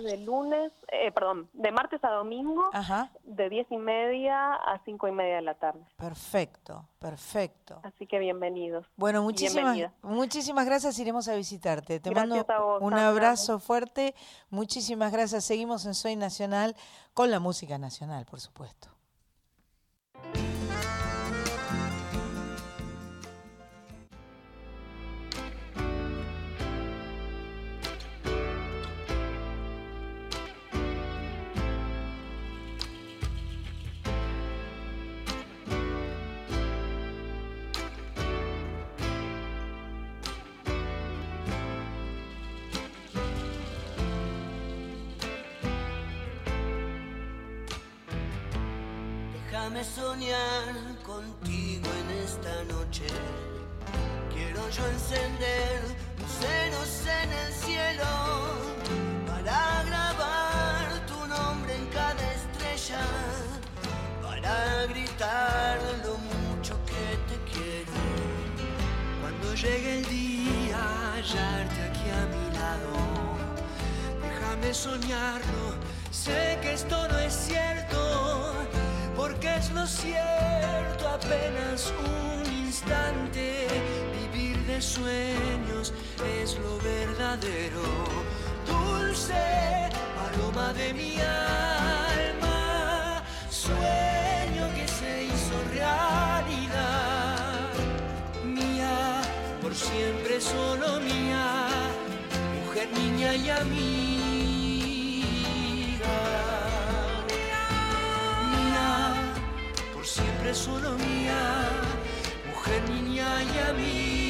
de martes a domingo, de 10:30 a 5:30 de la tarde. Perfecto, perfecto. Así que bienvenidos. Bueno, muchísimas gracias, iremos a visitarte. Te mando un Sandra. abrazo fuerte, muchísimas gracias. Seguimos en Soy Nacional con la música nacional, por supuesto. Déjame soñar contigo en esta noche. Quiero yo encender luceros en el cielo para grabar tu nombre en cada estrella, para gritar lo mucho que te quiero. Cuando llegue el día, hallarte aquí a mi lado. Déjame soñarlo, sé que esto no es cierto, porque es lo cierto apenas un instante. Vivir de sueños es lo verdadero. Dulce paloma de mi alma, sueño que se hizo realidad. Mía, por siempre solo mía, mujer, niña y amiga. Por siempre solo mía, mujer, niña y amiga.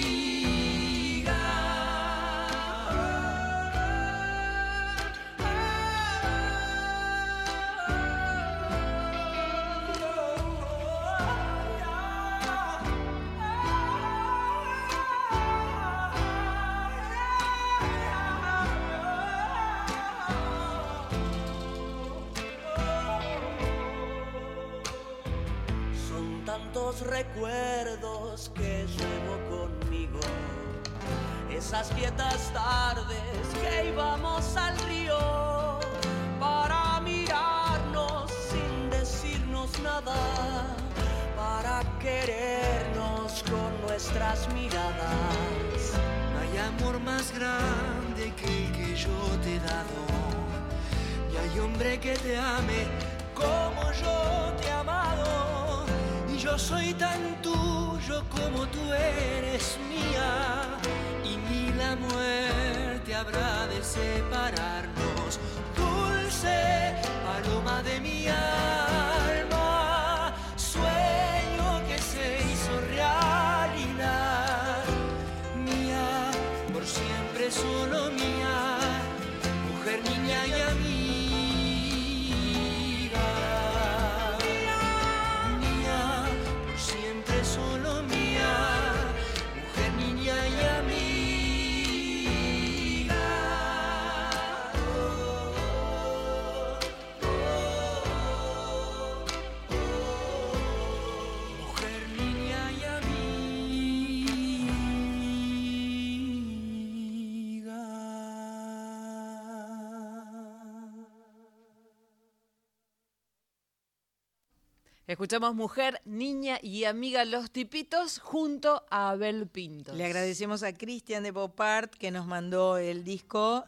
Tantos recuerdos que llevo conmigo, esas quietas tardes que íbamos al río para mirarnos sin decirnos nada, para querernos con nuestras miradas. No hay amor más grande que el que yo te he dado, y hay hombre que te ame como yo te he amado. Yo soy tan tuyo como tú eres mía, y ni la muerte habrá de separarnos. Dulce paloma de mi alma, sueño que se hizo realidad. Mía, por siempre solo mía, mujer, niña y amiga. Solo mía, mujer, niña y amiga. Mujer, niña y amiga. Escuchamos Mujer, Niña y Amiga, Los Tipitos, junto a Abel Pintos. Le agradecemos a Cristian de Pop Art que nos mandó el disco.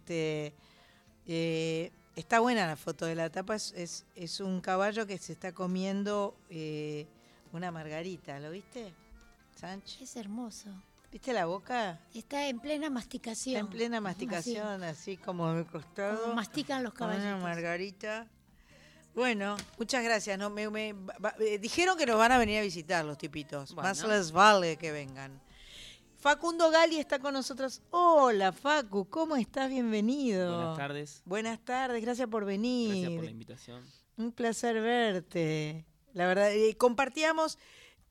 Está buena la foto de la tapa, es un caballo que se está comiendo una margarita, ¿lo viste, Sánchez? Es hermoso. ¿Viste la boca? Está en plena masticación. Está en plena masticación, así como al costado. Como mastican los caballitos. Una margarita. Bueno, muchas gracias. No, dijeron que nos van a venir a visitar los tipitos. Bueno. Más les vale que vengan. Facundo Gali está con nosotros. Hola, Facu, ¿cómo estás? Bienvenido. Buenas tardes. Buenas tardes, gracias por venir. Gracias por la invitación. Un placer verte. La verdad, compartimos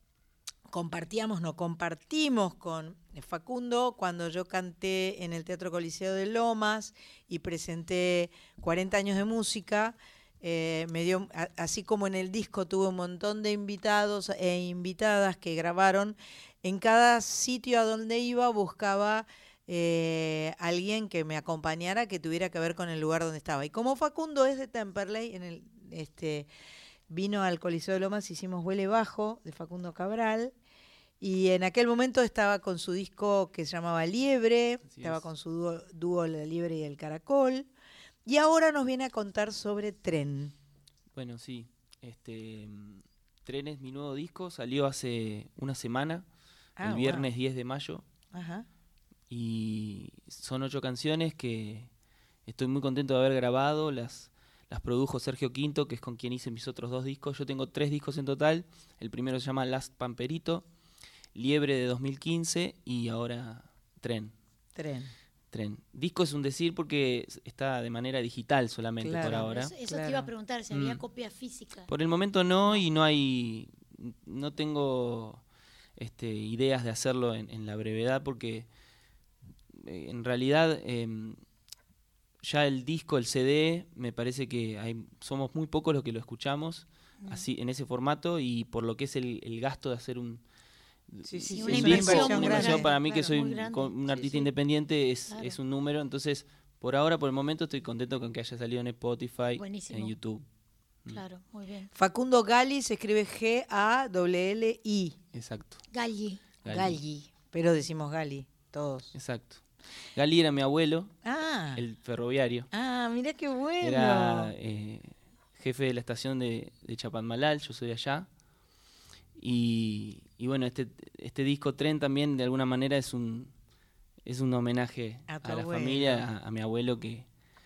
con Facundo cuando yo canté en el Teatro Coliseo de Lomas y presenté 40 años de música. Me dio, así como en el disco tuve un montón de invitados e invitadas que grabaron, en cada sitio a donde iba buscaba alguien que me acompañara, que tuviera que ver con el lugar donde estaba. Y como Facundo es de Temperley, vino al Coliseo de Lomas, hicimos Huele Bajo de Facundo Cabral, y en aquel momento estaba con su disco que se llamaba Liebre, estaba con su dúo La Liebre y el Caracol. Y ahora nos viene a contar sobre Tren. Bueno, sí. Tren es mi nuevo disco. Salió hace una semana, el viernes 10 de mayo. Ajá. Y son 8 canciones que estoy muy contento de haber grabado. Las produjo Sergio Quinto, que es con quien hice mis otros 2 discos. Yo tengo 3 discos en total. El primero se llama Last Pamperito, Liebre de 2015 y ahora Tren. tren. Disco es un decir porque está de manera digital solamente por ahora. Eso te iba a preguntar, si había copia física. Por el momento no, y no tengo ideas de hacerlo en la brevedad, porque en realidad ya el disco, el CD, me parece que somos muy pocos los que lo escuchamos así en ese formato, y por lo que es el gasto de hacer un inversión para mí, que soy un artista independiente, es un número. Entonces, por ahora, por el momento, estoy contento con que haya salido en Spotify, en YouTube. Claro, muy bien. Facundo Galli se escribe G-A-L-L-I. Exacto. Galli. Pero decimos Gali, todos. Exacto. Gali era mi abuelo, el ferroviario. Mirá qué bueno. Era jefe de la estación de Chapadmalal, yo soy de allá. Y bueno, este disco Tren también de alguna manera es un homenaje a la familia, a mi abuelo, que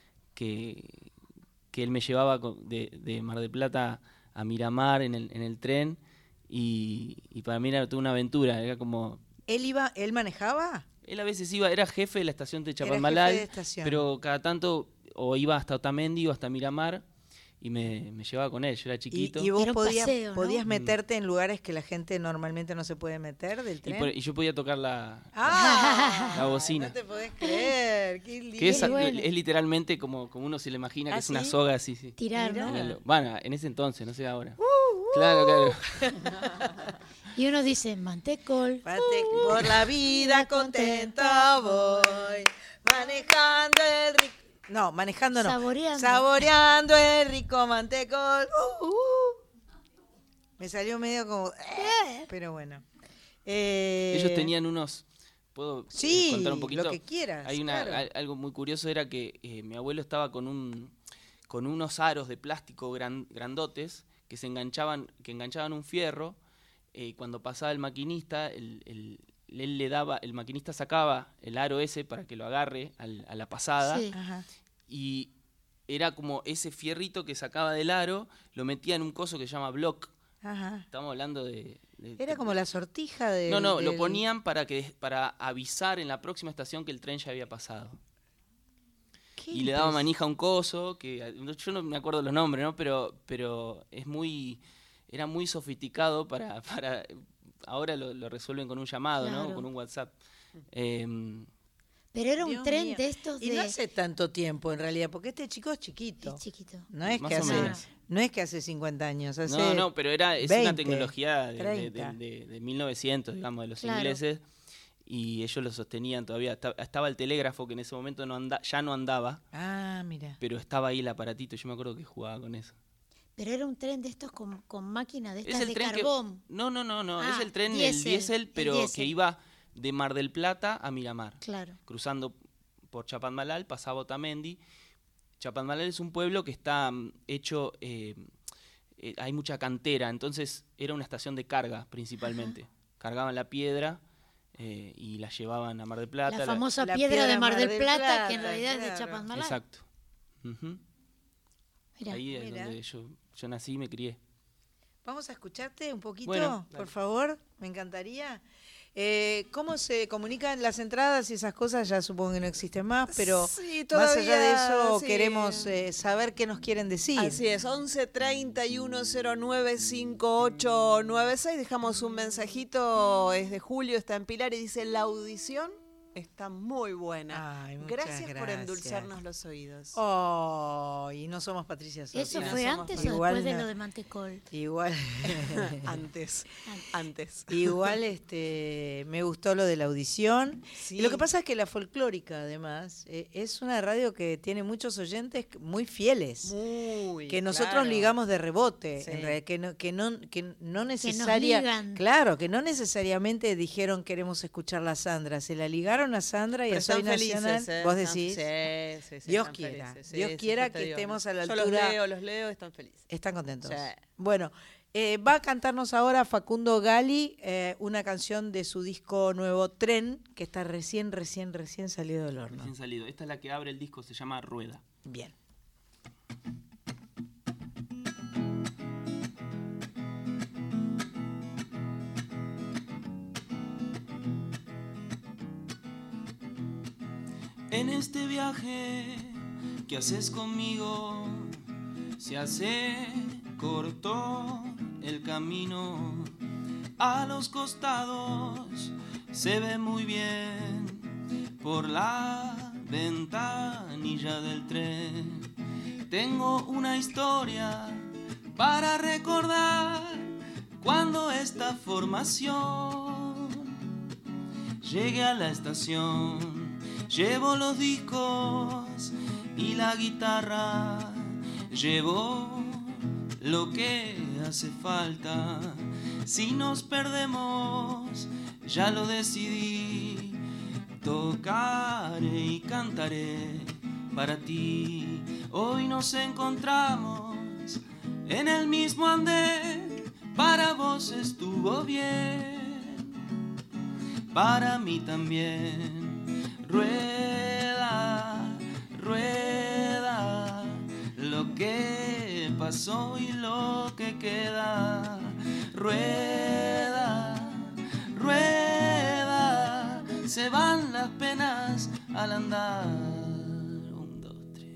él me llevaba de Mar del Plata a Miramar en el tren, y para mí era toda una aventura. Era como... ¿Él manejaba? Él a veces era jefe de la estación de Chapadmalal, pero cada tanto o iba hasta Otamendi o hasta Miramar, y me llevaba con él. Yo era chiquito. ¿Y vos podías meterte en lugares que la gente normalmente no se puede meter del tren? Y yo podía tocar la bocina. No te podés creer, qué lindo. Que es literalmente como uno se le imagina, que es una soga así. Tirar, ¿no? Bueno, en ese entonces, no sé ahora. Claro. Y uno dice, mantecol. Por la vida contento voy, manejando el rico... No, manejando no. Saboreando el rico mantecol. Me salió medio como... pero bueno. Ellos tenían unos... ¿Puedo contar un poquito? Lo que quieras. Algo muy curioso era que mi abuelo estaba con unos aros de plástico grandotes que enganchaban un fierro. Cuando pasaba el maquinista, el maquinista sacaba el aro ese para que lo agarre a la pasada. Sí. Y era como ese fierrito que sacaba del aro, lo metía en un coso que se llama block. Estamos hablando de era como la sortija de... No, lo ponían para avisar en la próxima estación que el tren ya había pasado. Y le daba manija a un coso, que yo no me acuerdo los nombres, ¿no? Pero era muy sofisticado para ahora lo resuelven con un llamado, claro, ¿no? Con un WhatsApp. Pero era un tren de estos Y no hace tanto tiempo, en realidad, porque este chico es chiquito. Es chiquito. No es que hace 50 años. No, pero es 20, una tecnología de 1900, digamos, de los ingleses. Y ellos lo sostenían todavía. Estaba el telégrafo, que en ese momento ya no andaba. Mira. Pero estaba ahí el aparatito. Yo me acuerdo que jugaba con eso. Pero era un tren de estos con máquina de estas de carbón. No. Es el tren, el diésel, pero que iba de Mar del Plata a Miramar. Claro. Cruzando por Chapadmalal, pasaba Otamendi. Chapadmalal es un pueblo que está hecho... hay mucha cantera, entonces era una estación de carga principalmente. Cargaban la piedra y la llevaban a Mar del Plata. La famosa piedra de Mar del Plata, que en realidad es de Chapadmalal. Exacto. Mirá, ahí es donde yo nací y me crié. Vamos a escucharte un poquito, por favor, me encantaría. ¿Cómo se comunican las entradas y esas cosas? Ya supongo que no existen más, pero más allá de eso queremos saber qué nos quieren decir. Así es, 11 31 09 5896. Dejamos un mensajito, es de Julio, está en Pilar y dice: la audición está muy buena. Gracias por endulzarnos los oídos. Y no somos Patricia Sosa. ¿Eso fue antes o después de lo de Mantecol? Igual. Antes. Igual me gustó lo de la audición. Sí. Y lo que pasa es que la folclórica, además, es una radio que tiene muchos oyentes muy fieles. Que nosotros ligamos de rebote. En realidad, que no necesariamente dijeron queremos escuchar a Sandra. Se la ligaron a Sandra y a Soy Nacional. ¿Vos decís? Sí, Dios quiera. Dios quiera que estemos a la altura. Yo los leo, están felices. Están contentos. Sí. Bueno, va a cantarnos ahora Facundo Galli una canción de su disco nuevo Tren, que está recién salido del horno. Recién salido. Esta es la que abre el disco, se llama Rueda. Bien. En este viaje que haces conmigo se hace corto el camino. A los costados se ve muy bien por la ventanilla del tren. Tengo una historia para recordar cuando esta formación llegue a la estación. Llevo los discos y la guitarra, llevo lo que hace falta. Si nos perdemos, ya lo decidí, tocaré y cantaré para ti. Hoy nos encontramos en el mismo andén, para vos estuvo bien, para mí también. Rueda, rueda, lo que pasó y lo que queda. Rueda, rueda, se van las penas al andar. 1, 2, 3.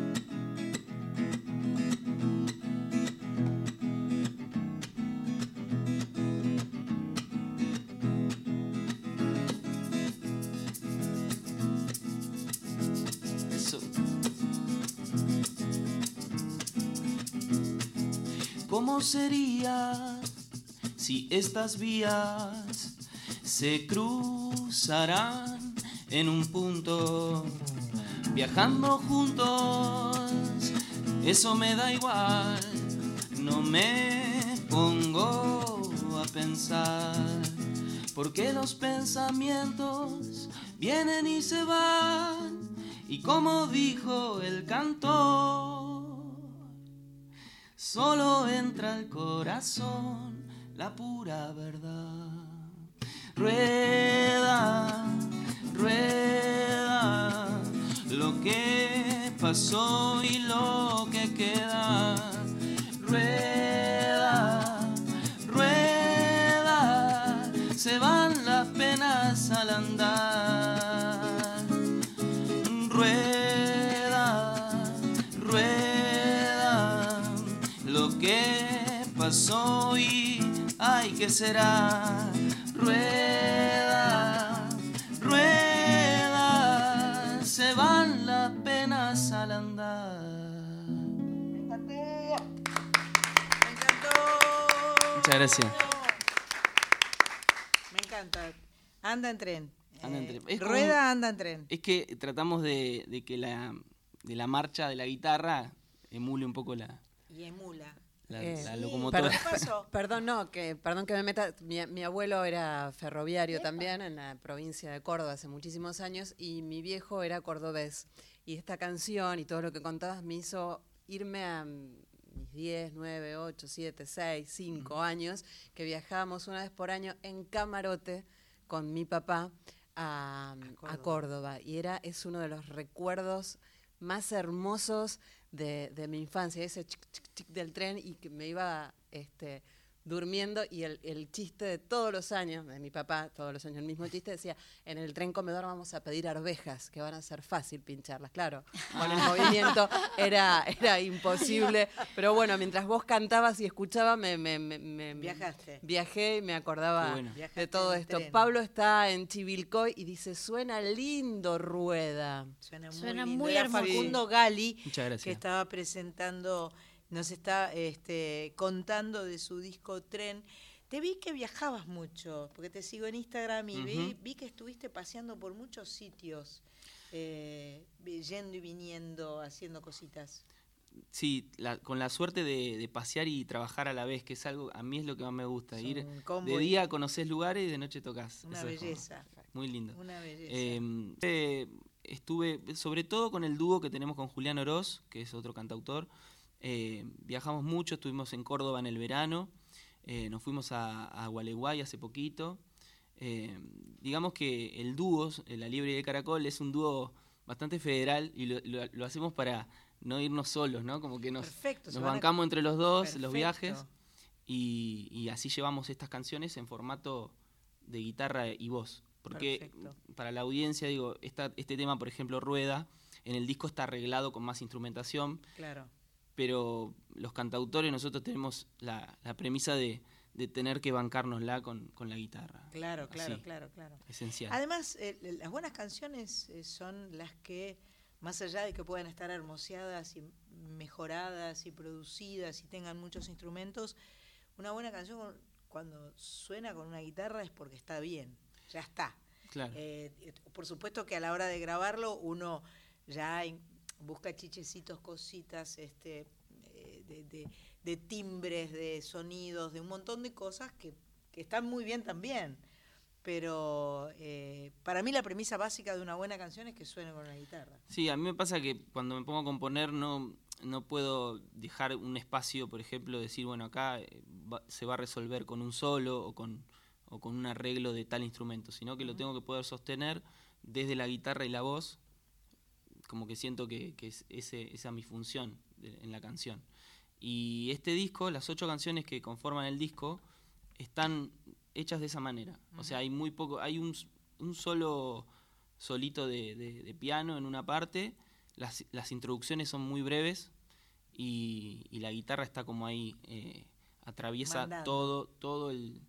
¿Cómo sería si estas vías se cruzarán en un punto, viajando juntos? Eso me da igual, no me pongo a pensar, porque los pensamientos vienen y se van, y como dijo el cantor, solo entra al corazón la pura verdad. Rueda, rueda, lo que pasó y lo que queda. Rueda, rueda, se van las penas al andar. Rueda, rueda, lo que pasó y ay, ¿qué será? Rueda, rueda, se van las penas al andar. Me encantó. Muchas gracias. Me encanta. Anda en tren. Anda en tren. Es Rueda, como, anda en tren. Es que tratamos de que la marcha de la guitarra emule un poco la... Y emula. La locomotora. Perdón que me meta. Mi abuelo era ferroviario también en la provincia de Córdoba hace muchísimos años y mi viejo era cordobés. Y esta canción y todo lo que contabas me hizo irme a mis 10, 9, 8, 7, 6, 5 años, que viajábamos una vez por año en camarote con mi papá a Córdoba. Y es uno de los recuerdos más hermosos de mi infancia, ese chic, chic, chic del tren, y que me iba durmiendo, y el chiste de todos los años, de mi papá, todos los años el mismo chiste, decía, en el tren comedor vamos a pedir arvejas, que van a ser fácil pincharlas. Claro, con el movimiento era imposible, pero bueno, mientras vos cantabas y escuchaba, viajaste. Viajé y me acordaba de todo esto. Tren. Pablo está en Chivilcoy y dice, suena lindo, Rueda. Suena Suena muy lindo. muy Era hermoso. Facundo Gali, Muchas gracias. que estaba presentando, nos está contando de su disco Tren. Te vi que viajabas mucho, porque te sigo en Instagram y vi que estuviste paseando por muchos sitios, yendo y viniendo, haciendo cositas. Sí, con la suerte de pasear y trabajar a la vez, que es algo, a mí es lo que más me gusta. Son Ir combo de día conocés lugares y de noche tocas. Una Eso es belleza. muy lindo. Una belleza. Estuve sobre todo con el dúo que tenemos con Julián Oroz, que es otro cantautor. Viajamos mucho, estuvimos en Córdoba en el verano, nos fuimos a Gualeguay hace poquito. Digamos que el dúo, La Liebre y el Caracol, es un dúo bastante federal y lo hacemos para no irnos solos, ¿no? Como que nos bancamos entre los dos los viajes y así llevamos estas canciones en formato de guitarra y voz. Porque para la audiencia, digo, este tema, por ejemplo, Rueda, en el disco está arreglado con más instrumentación. Claro. Pero los cantautores nosotros tenemos la premisa de tener que bancárnosla con la guitarra. Claro. Esencial. Además, las buenas canciones son las que, más allá de que puedan estar hermoseadas y mejoradas y producidas y tengan muchos instrumentos, una buena canción cuando suena con una guitarra es porque está bien, ya está. Claro. Por supuesto que a la hora de grabarlo uno ya busca chichecitos, cositas, de timbres, de sonidos, de un montón de cosas que están muy bien también. Pero para mí la premisa básica de una buena canción es que suene con una guitarra. Sí, a mí me pasa que cuando me pongo a componer no puedo dejar un espacio, por ejemplo, decir, bueno, acá se va a resolver con un solo o con un arreglo de tal instrumento, sino que lo tengo que poder sostener desde la guitarra y la voz, como que siento que esa es mi función en la canción. Y este disco, las 8 canciones que conforman el disco, están hechas de esa manera. O sea, hay muy poco, hay un solito de piano en una parte, las introducciones son muy breves y la guitarra está como ahí, atraviesa todo el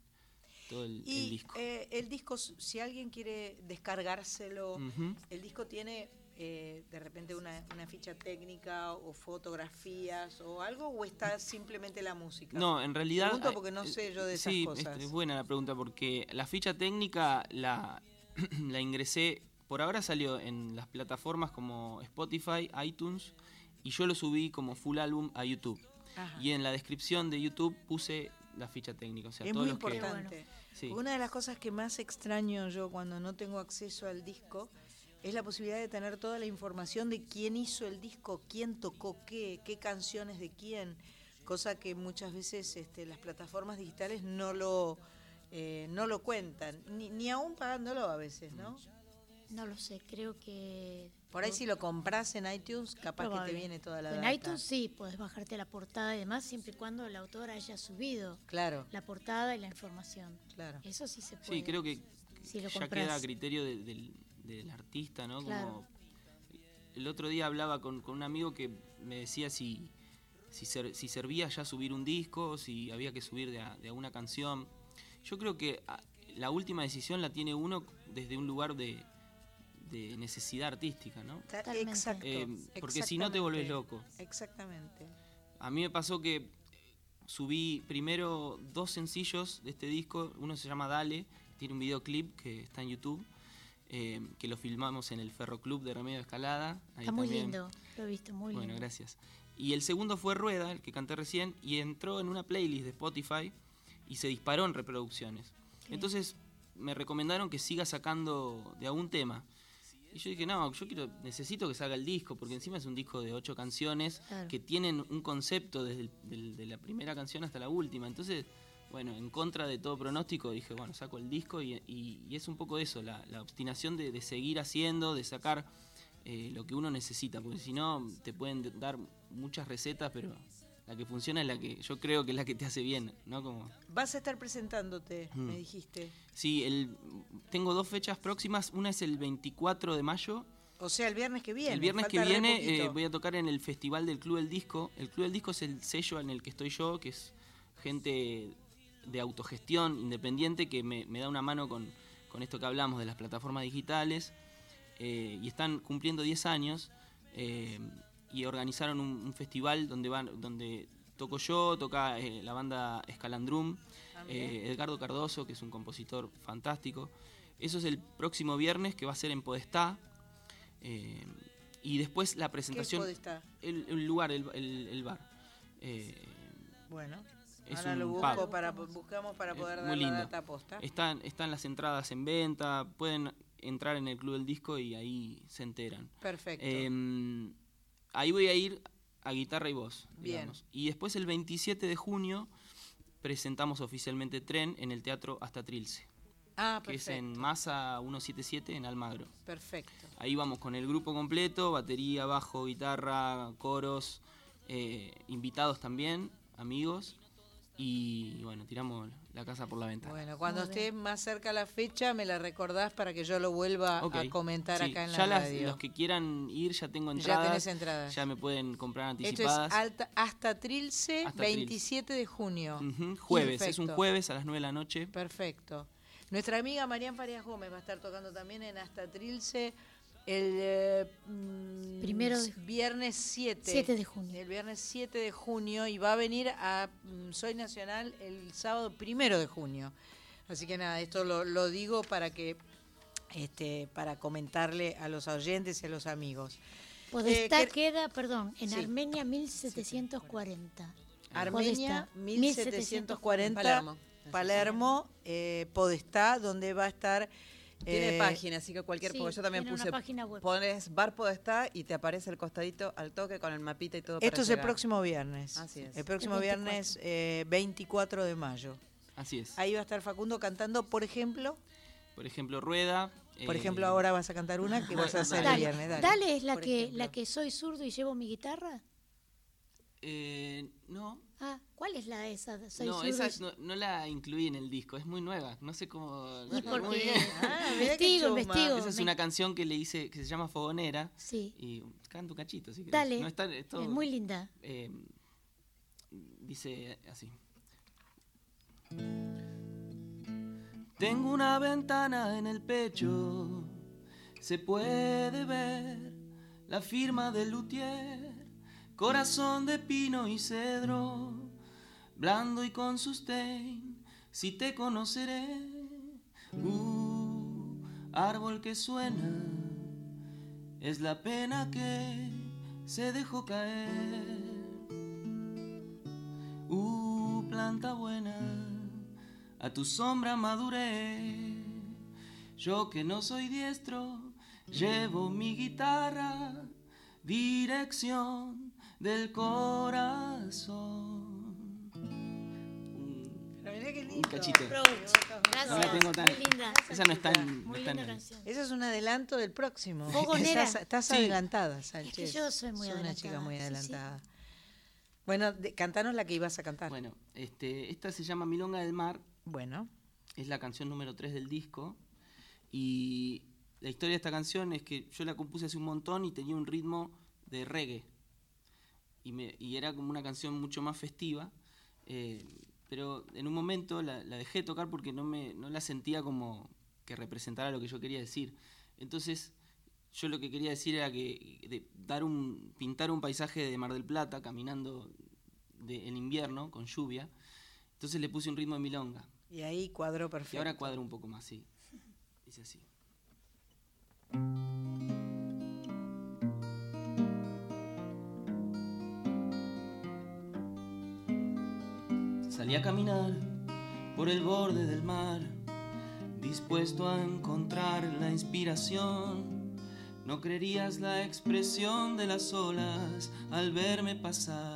disco. El disco, si alguien quiere descargárselo, el disco tiene de repente una ficha técnica o fotografías o algo, o está simplemente la música. No, en realidad... Pregunto porque no sé yo de esas cosas. Sí, es buena la pregunta, porque la ficha técnica la ingresé, por ahora salió en las plataformas como Spotify, iTunes, y yo lo subí como full álbum a YouTube. Ajá. Y en la descripción de YouTube puse la ficha técnica. O sea, es todos muy los importante. Que, sí. Una de las cosas que más extraño yo cuando no tengo acceso al disco es la posibilidad de tener toda la información de quién hizo el disco, quién tocó qué canciones de quién, cosa que muchas veces las plataformas digitales no lo cuentan, ni aún pagándolo a veces, ¿no? No lo sé, creo que... Por ahí si lo compras en iTunes, capaz que te viene toda la data. En iTunes sí, podés bajarte la portada y demás, siempre y cuando el autor haya subido la portada y la información. Claro. Eso sí se puede. Sí, creo que si lo ya compras. queda a criterio del artista, ¿no? Claro. Como el otro día hablaba con un amigo que me decía si servía ya subir un disco, si había que subir de a una canción. Yo creo que la última decisión la tiene uno desde un lugar de necesidad artística, ¿no? Exacto. Porque si no te volvés loco. Exactamente. A mí me pasó que subí primero 2 sencillos de este disco. Uno se llama Dale, tiene un videoclip que está en YouTube, que lo filmamos en el Ferro Club de Remedio de Escalada. Ahí está muy también. lindo, lo he visto, muy lindo. Bueno, gracias. Y el segundo fue Rueda, el que canté recién, y entró en una playlist de Spotify y se disparó en reproducciones. Entonces me recomendaron que siga sacando de algún tema. Y yo dije, no, necesito que salga el disco, porque encima es un disco de 8 canciones que tienen un concepto desde de la primera canción hasta la última. Entonces, bueno, en contra de todo pronóstico, dije, bueno, saco el disco y es un poco eso, la obstinación de seguir haciendo, de sacar lo que uno necesita, porque si no te pueden dar muchas recetas, pero la que funciona es la que yo creo que es la que te hace bien, ¿no? Como... Vas a estar presentándote, me dijiste. Sí, tengo 2 fechas próximas. Una es el 24 de mayo. O sea, el viernes que viene. El viernes que viene voy a tocar en el Festival del Club del Disco. El Club del Disco es el sello en el que estoy yo, que es gente de autogestión independiente que me da una mano con esto que hablamos de las plataformas digitales. Y están cumpliendo 10 años. Y organizaron un festival donde toco yo, toca la banda Escalandrum, Edgardo Cardoso, que es un compositor fantástico. Eso es el próximo viernes, que va a ser en Podestá. Y después la presentación... ¿Qué es Podestá? El lugar, el bar. Bueno, es ahora lo buscamos para poder dar la data posta. Están las entradas en venta, pueden entrar en el Club del Disco y ahí se enteran. Perfecto. Ahí voy a ir a guitarra y voz, Bien. digamos. Y después el 27 de junio presentamos oficialmente Tren en el Teatro Hasta Trilce. Que es en Masa 177 en Almagro. Perfecto. Ahí vamos con el grupo completo, batería, bajo, guitarra, coros, invitados también, amigos. y bueno, tiramos la casa por la ventana. Bueno, cuando esté más cerca la fecha me la recordás para que yo lo vuelva a comentar acá en la radio. Los que quieran ir ya tengo entradas. Ya tenés entradas. Ya me pueden comprar anticipadas. Esto es hasta Trilce, 27 de junio. Jueves, Perfecto. es un jueves a las 9 de la noche. Perfecto. Nuestra amiga Marian Farias Gómez va a estar tocando también en Hasta Trilce el viernes 7 de junio. El viernes 7 de junio y va a venir a Soy Nacional el sábado 1 de junio. Así que nada, esto lo digo para que para comentarle a los oyentes y a los amigos. Podestá queda, en Armenia 1740. Armenia 1740. Palermo, Podestá, donde va a estar. Tiene página, así que porque yo también puse, pones Bar Podestá y te aparece el costadito al toque con el mapita y todo. Esto es el próximo viernes. Así es. El próximo viernes 24 de mayo. Así es. Ahí va a estar Facundo cantando, por ejemplo, Rueda. Por ejemplo, ahora vas a cantar una que vas a hacer el viernes. Dale es la que soy zurdo y llevo mi guitarra. No. ¿Cuál es la esa? Esa no la incluí en el disco, es muy nueva, no sé cómo. ¿Y por muy qué? bien. Investigo. Esa es una canción que le hice, que se llama Fogonera. Sí. Y canto un cachito, si querés. Dale, no es muy linda. Dice así. Tengo una ventana en el pecho, se puede ver la firma del luthier, corazón de pino y cedro, blando y con sustain, si te conoceré, árbol que suena, es la pena que se dejó caer, planta buena, a tu sombra maduré, yo que no soy diestro, llevo mi guitarra, dirección del corazón. Un cachito. Gracias. No la tengo tan. Muy linda. Esa no está en. Muy linda canción. Eso es un adelanto del próximo. Fogonera. Estás adelantada, Sánchez. Es que yo soy muy adelantada. Una chica muy adelantada. Sí. Bueno, cantanos la que ibas a cantar. Bueno, esta se llama Milonga del Mar. Bueno. Es la canción número 3 del disco. Y la historia de esta canción es que yo la compuse hace un montón y tenía un ritmo de reggae. Y era como una canción mucho más festiva. Pero en un momento la dejé de tocar porque no la sentía como que representara lo que yo quería decir. Entonces, yo lo que quería decir era que pintar un paisaje de Mar del Plata caminando en invierno con lluvia. Entonces le puse un ritmo de milonga. Y ahí cuadró perfecto. Y ahora cuadro un poco más, sí. Dice así. Salí a caminar por el borde del mar, dispuesto a encontrar la inspiración. No creerías la expresión de las olas al verme pasar.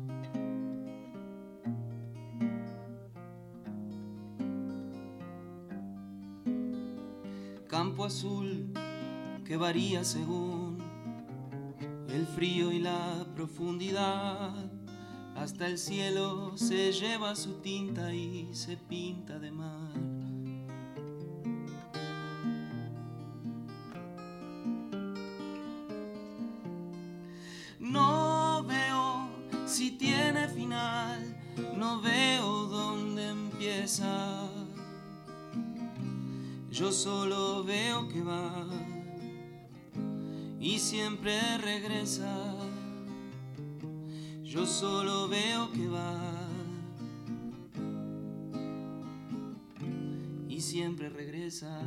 Campo azul que varía según el frío y la profundidad. Hasta el cielo se lleva su tinta y se pinta de mar. No veo si tiene final, no veo dónde empieza. Yo solo veo que va y siempre regresa. Yo solo veo que va y siempre regresa.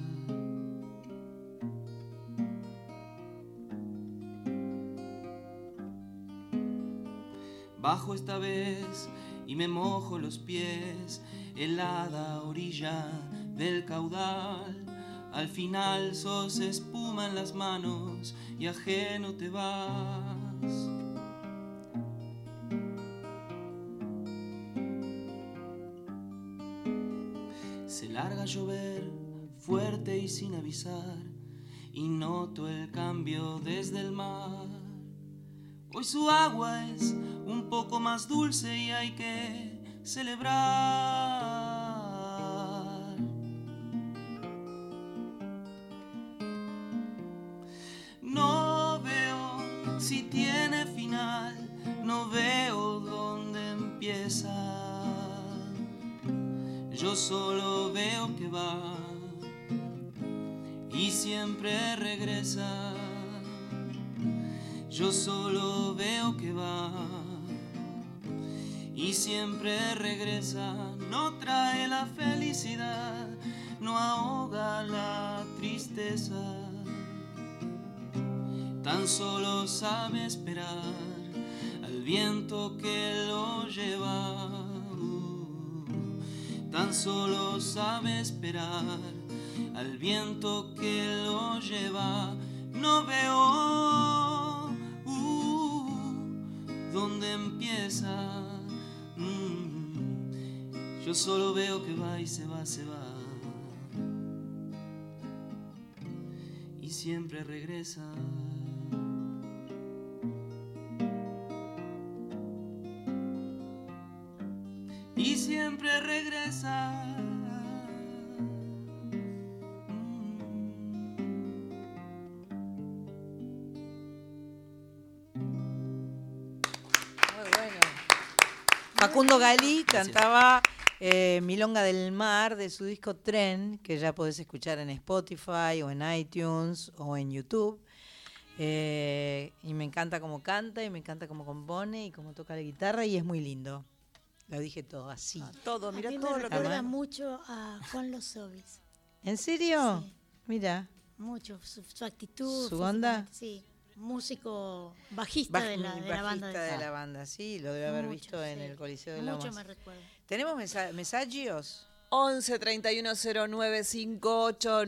Bajo esta vez y me mojo los pies, helada orilla del caudal. Al final sos espuma en las manos y ajeno te vas. Se larga a llover fuerte y sin avisar, y noto el cambio desde el mar. Hoy su agua es un poco más dulce y hay que celebrar. No veo si tiene final, no veo dónde empieza. Yo solo veo que va y siempre regresa. Yo solo veo que va y siempre regresa. No trae la felicidad, no ahoga la tristeza. Tan solo sabe esperar al viento que lo lleva. Tan solo sabe esperar al viento que lo lleva. No veo dónde empieza. Yo solo veo que va y se va, se va. Y siempre regresa. Y siempre regresa. Facundo Galí cantaba Milonga del Mar de su disco Tren, que ya podés escuchar en Spotify o en iTunes o en YouTube. Y me encanta cómo canta y me encanta cómo compone y cómo toca la guitarra y es muy lindo. Lo dije todo así. Todo, mira a mí todo me lo que recuerda mucho a Juan Los Sobis. ¿En serio? Sí. Mira. Mucho, su actitud. ¿Su onda? Sí, músico bajista de la banda. Bajista de la banda, sí, lo debe haber visto en el Coliseo de Lomas. Mucho me recuerda. ¿Tenemos mensajes? 11 31 09 58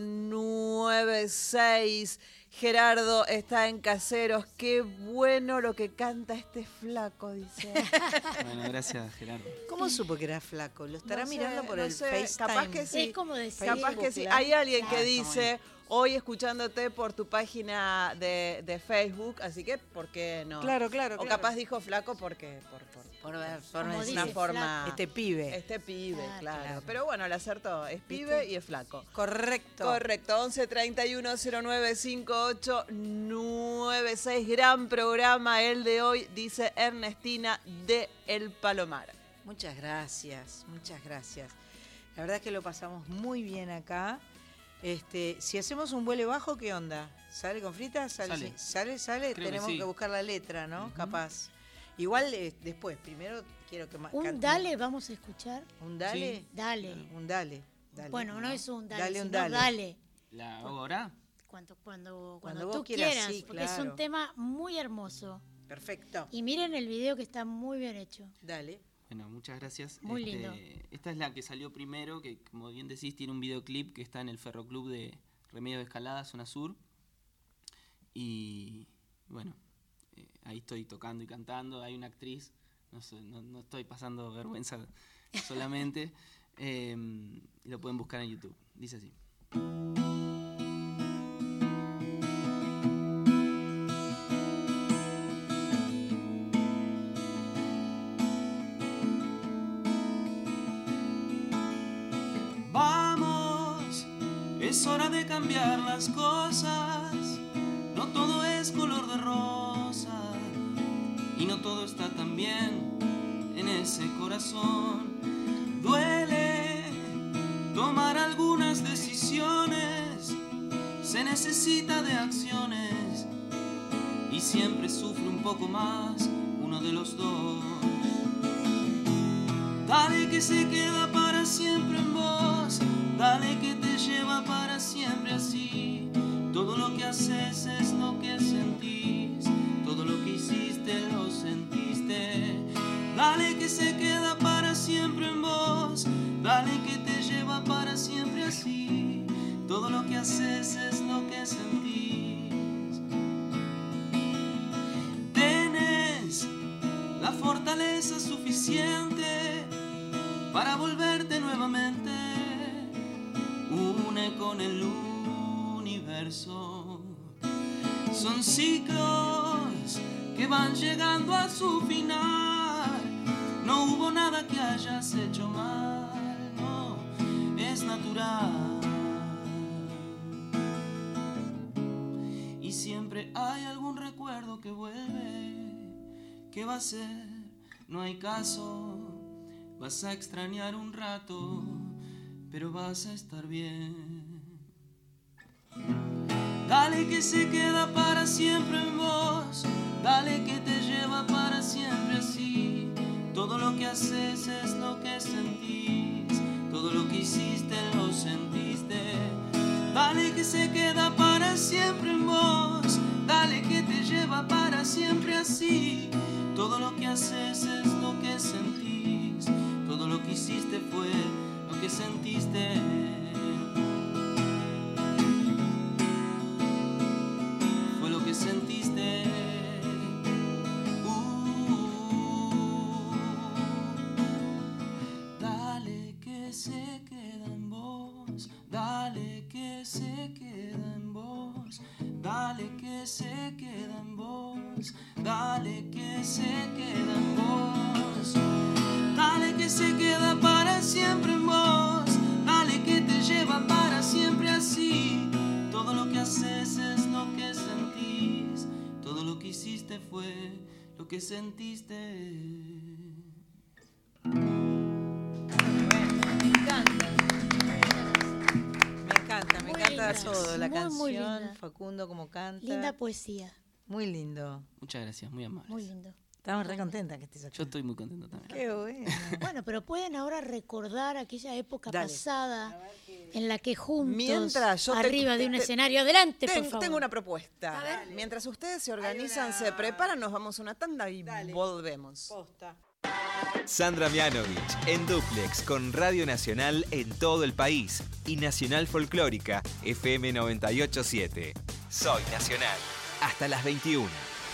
96. Gerardo está en Caseros. Qué bueno lo que canta este flaco, dice. Bueno, gracias, Gerardo. ¿Cómo supo que era flaco? ¿Lo estará mirando por el FaceTime? Capaz que sí. Es como decir. Capaz que sí. Hay alguien que dice, hoy escuchándote por tu página de Facebook, así que, ¿por qué no? Claro. O capaz dijo flaco porque... Por una forma... Este pibe. Claro. Pero bueno, el acertó. Es pibe y es flaco. Correcto. 11 31 09 58 96. Gran programa el de hoy, dice Ernestina de El Palomar. Muchas gracias. La verdad es que lo pasamos muy bien acá. Si hacemos un vuele bajo, ¿qué onda? ¿Sale con fritas? ¿Sale? Tenemos que buscar la letra, ¿no? Capaz. Igual después, primero quiero que... ¿Un dale vamos a escuchar? ¿Un dale? Sí. Dale. Un dale. Bueno, no es un dale, Dale un sino dale. dale. ¿La hago ahora? Cuando vos tú quieras, sí, porque claro. es un tema muy hermoso. Perfecto. Y miren el video que está muy bien hecho. Dale. Bueno, muchas gracias. Muy lindo. Esta es la que salió primero, que como bien decís, tiene un videoclip que está en el Ferroclub de Remedios de Escalada, Zona Sur. Y bueno, ahí estoy tocando y cantando. Hay una actriz, no estoy pasando vergüenza solamente. Y lo pueden buscar en YouTube. Dice así. Vamos, es hora de cambiar las cosas. No todo es color de rosa y no todo está tan bien en ese corazón. Duele tomar algunas decisiones, se necesita de acciones y siempre sufre un poco más uno de los dos. Dale que se queda para siempre en vos, dale que te lleva para siempre así. Todo lo que haces es lo que sentís, todo lo que hiciste lo sentiste. Dale que se queda para siempre en vos, dale que te lleva para siempre así. Todo lo que haces es lo que sentís. Tenés la fortaleza suficiente para volverte nuevamente. Une con el universo. Son ciclos que van llegando a su final. No hubo nada que hayas hecho mal, no, es natural. Y siempre hay algún recuerdo que vuelve. ¿Qué va a ser? No hay caso. Vas a extrañar un rato, pero vas a estar bien. Dale que se queda para siempre en vos. Dale que te lleva para siempre así. Todo lo que haces es lo que sentís. Todo lo que hiciste lo sentiste. Dale que se queda para siempre en vos. Dale que te lleva para siempre así. Todo lo que haces es lo que sentís. Todo lo que hiciste fue lo que sentiste. Fue lo que sentiste. Dale que se queda en vos. Dale que se queda en vos. Dale que se queda en vos. Dale que se queda en vos. Dale que se queda para siempre en vos. Dale que te lleva para siempre así. Todo lo que haces es lo que sentís. Todo lo que hiciste fue lo que sentiste. Me encanta todo, la canción, Facundo como canta. Linda poesía. Muy lindo. Muchas gracias, muy amable. Muy lindo. Estamos re contentas que estés acá. Yo estoy muy contento también. Qué bueno. Bueno, pero pueden ahora recordar aquella época pasada en la que juntos, Mientras yo arriba de un escenario, adelante, por favor. Tengo una propuesta. Mientras ustedes se organizan, se preparan, nos vamos a una tanda y volvemos. Posta. Sandra Mianovich en Duplex con Radio Nacional en todo el país y Nacional Folclórica FM 98.7. Soy Nacional. Hasta las 21.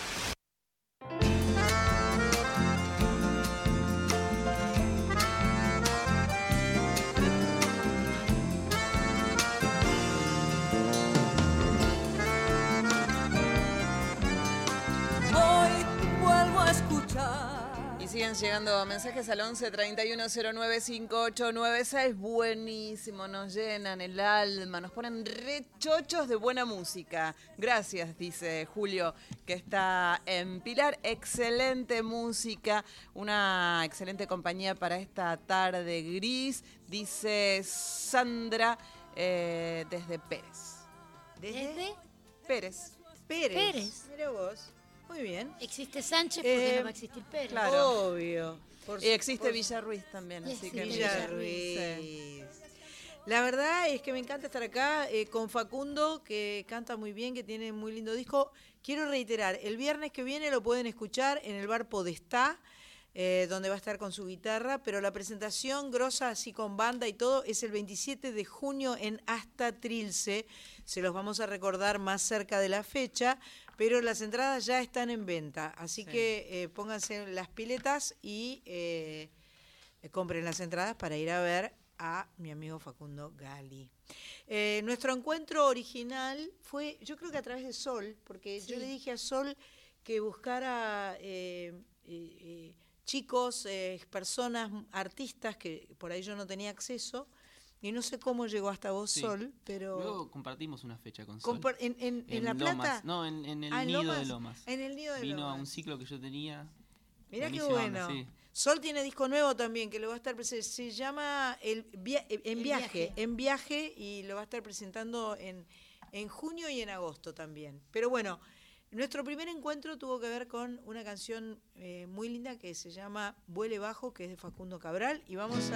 Hoy vuelvo a escuchar. Y siguen llegando mensajes al 11 31 09 5896. Buenísimo, nos llenan el alma, nos ponen rechochos de buena música. Gracias, dice Julio, que está en Pilar. Excelente música, una excelente compañía para esta tarde gris, dice Sandra desde Pérez. ¿Desde? Pérez. Pérez. Mira vos. Muy bien. Existe Sánchez porque no va a existir Pérez. Claro. Obvio. Y existe Villarruiz también, Y así que Villarruiz. Sí. La verdad es que me encanta estar acá con Facundo, que canta muy bien, que tiene muy lindo disco. Quiero reiterar, el viernes que viene lo pueden escuchar en el bar Podestá, donde va a estar con su guitarra, pero la presentación grosa, así con banda y todo, es el 27 de junio en Hasta Trilce. Se los vamos a recordar más cerca de la fecha, pero las entradas ya están en venta, así que pónganse las piletas y compren las entradas para ir a ver a mi amigo Facundo Gali. Nuestro encuentro original fue, yo creo que a través de Sol, porque yo le dije a Sol que buscara chicos, personas, artistas que por ahí yo no tenía acceso, y no sé cómo llegó hasta vos, Sol, pero... Luego compartimos una fecha con Sol. ¿En La Lomas. Plata? No, en el ¿en Nido Lomas? de Lomas. En el Nido de Vino Lomas. a un ciclo que yo tenía. Mirá qué Buenísima bueno. onda, sí. Sol tiene disco nuevo también, que lo va a estar se llama En Viaje, y lo va a estar presentando en junio y en agosto también. Pero bueno, nuestro primer encuentro tuvo que ver con una canción muy linda que se llama Vuele Bajo, que es de Facundo Cabral, y vamos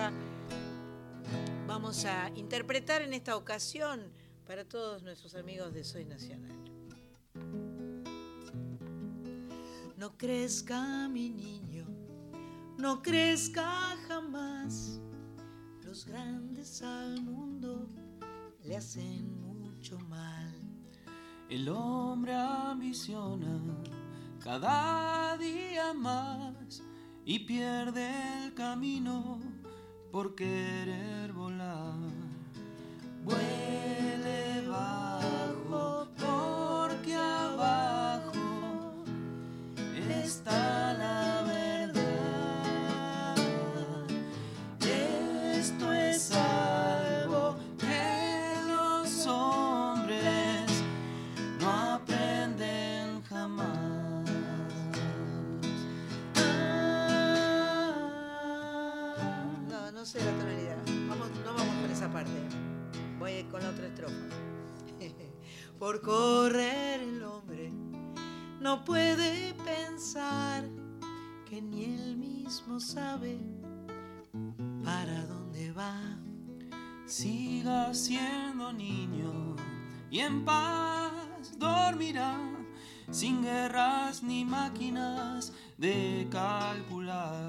a interpretar en esta ocasión para todos nuestros amigos de Soy Nacional. No crezca mi niño, no crezca jamás. Los grandes al mundo le hacen mucho mal. El hombre ambiciona cada día más y pierde el camino por querer volar. Vuele bajo porque abajo está la verdad. por correr el hombre no puede pensar que ni él mismo sabe para dónde va. Siga siendo niño y en paz dormirá, sin guerras ni máquinas de calcular.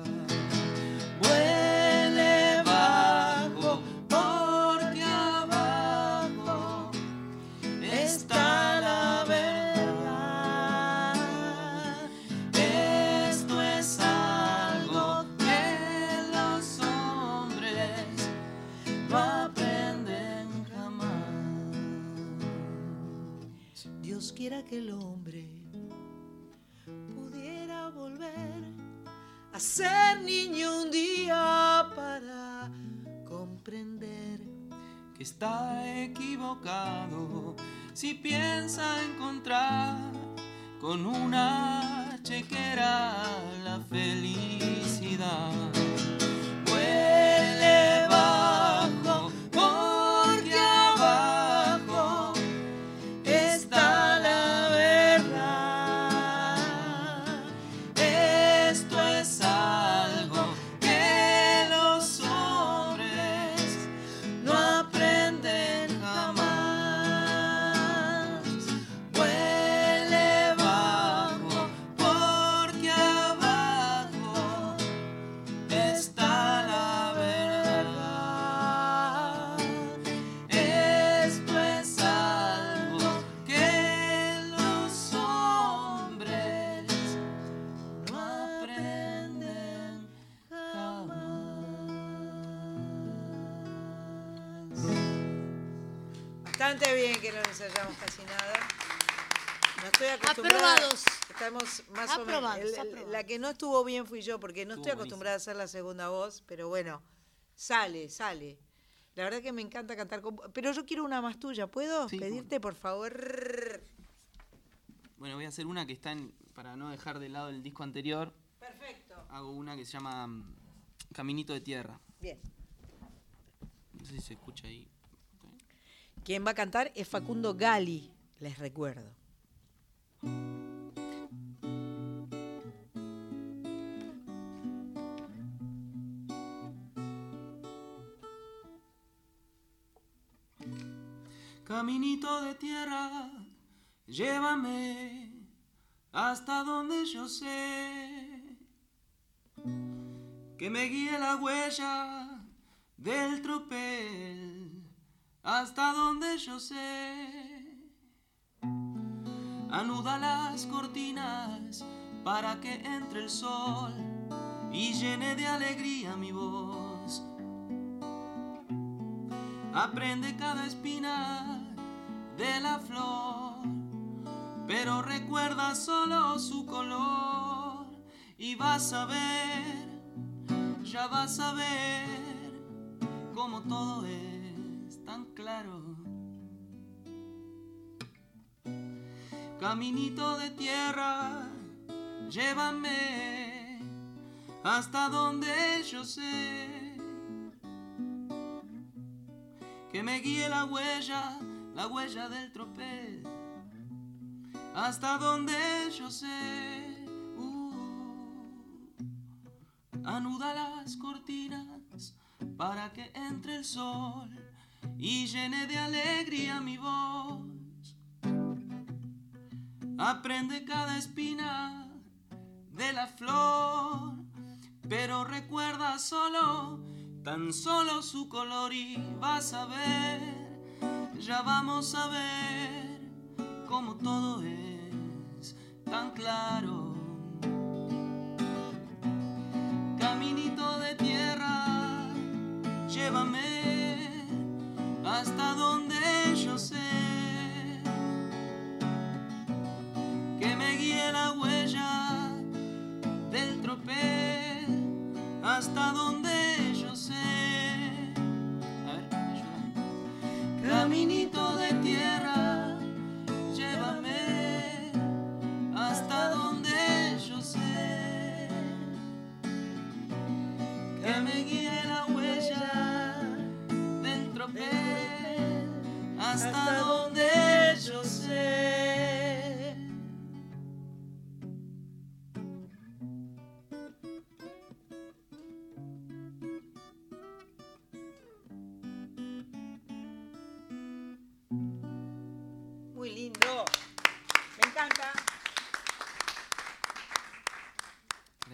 Vuele bajo, porque abajo está la verdad. Esto es algo que los hombres no aprenden jamás. Dios quiera que el hombre pudiera volver a ser niño un día para comprender que está equivocado si piensa encontrar con una chequera la felicidad. Huele bajo, porque abajo está la verdad. Esto es algo que los hombres no aprenden jamás. Huele bajo, porque abajo está la verdad. Esto es algo que los hombres no aprenden bastante bien que no nos ensayamos casi nada. No estoy acostumbrada. Aprobados. Estamos más Aprobados, o menos. aprobados. La que no estuvo bien fui yo, porque no Estuvo estoy acostumbrada a hacer la segunda voz, pero bueno, sale. La verdad que me encanta cantar con... Pero yo quiero una más tuya, ¿puedo Sí, pedirte, por favor? Bueno, voy a hacer una que está para no dejar de lado el disco anterior. Perfecto. Hago una que se llama Caminito de Tierra. Bien. No sé si se escucha ahí. Quien va a cantar es Facundo Gali, les recuerdo. Caminito de tierra, llévame hasta donde yo sé, que me guíe la huella del tropel hasta donde yo sé. Anuda las cortinas para que entre el sol y llene de alegría mi voz. Aprende cada espina de la flor, pero recuerda solo su color. Y vas a ver, ya vas a ver, cómo todo es tan claro. Caminito de tierra, llévame hasta donde yo sé, que me guíe la huella del tropel, hasta donde yo sé. Anuda las cortinas para que entre el sol y llene de alegría mi voz. Aprende cada espina de la flor, pero recuerda solo, tan solo su color. Y vas a ver, ya vamos a ver, cómo todo es tan claro. Caminito de tierra, llévame hasta donde yo sé, que me guíe la huella del tropel hasta donde yo sé. A ver, ayúdame. Caminito de tierra, llévame hasta donde yo sé, que me guíe la huella del tropel hasta donde yo sé.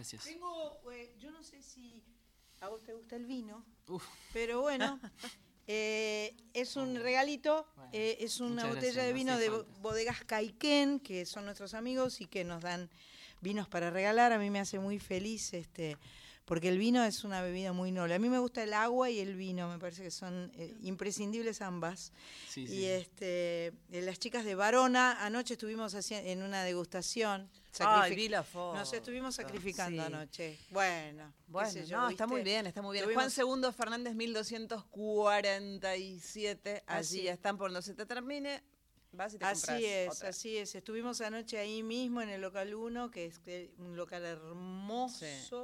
Gracias. Tengo, yo no sé si a vos te gusta el vino, pero bueno, es un regalito, es una botella de vino de Bodegas Caiquén, que son nuestros amigos y que nos dan vinos para regalar. A mí me hace muy feliz porque el vino es una bebida muy noble. A mí me gusta el agua y el vino, me parece que son imprescindibles ambas. Sí, y las chicas de Varona, anoche estuvimos en una degustación. Vi la foto. Nos estuvimos sacrificando anoche. Bueno, qué sé yo, está muy bien, está muy bien. Juan Segundo Fernández 1247, allí están por donde se te termine. Vas y te compras otra. Así es. Estuvimos anoche ahí mismo en el local 1, que es un local hermoso. Sí.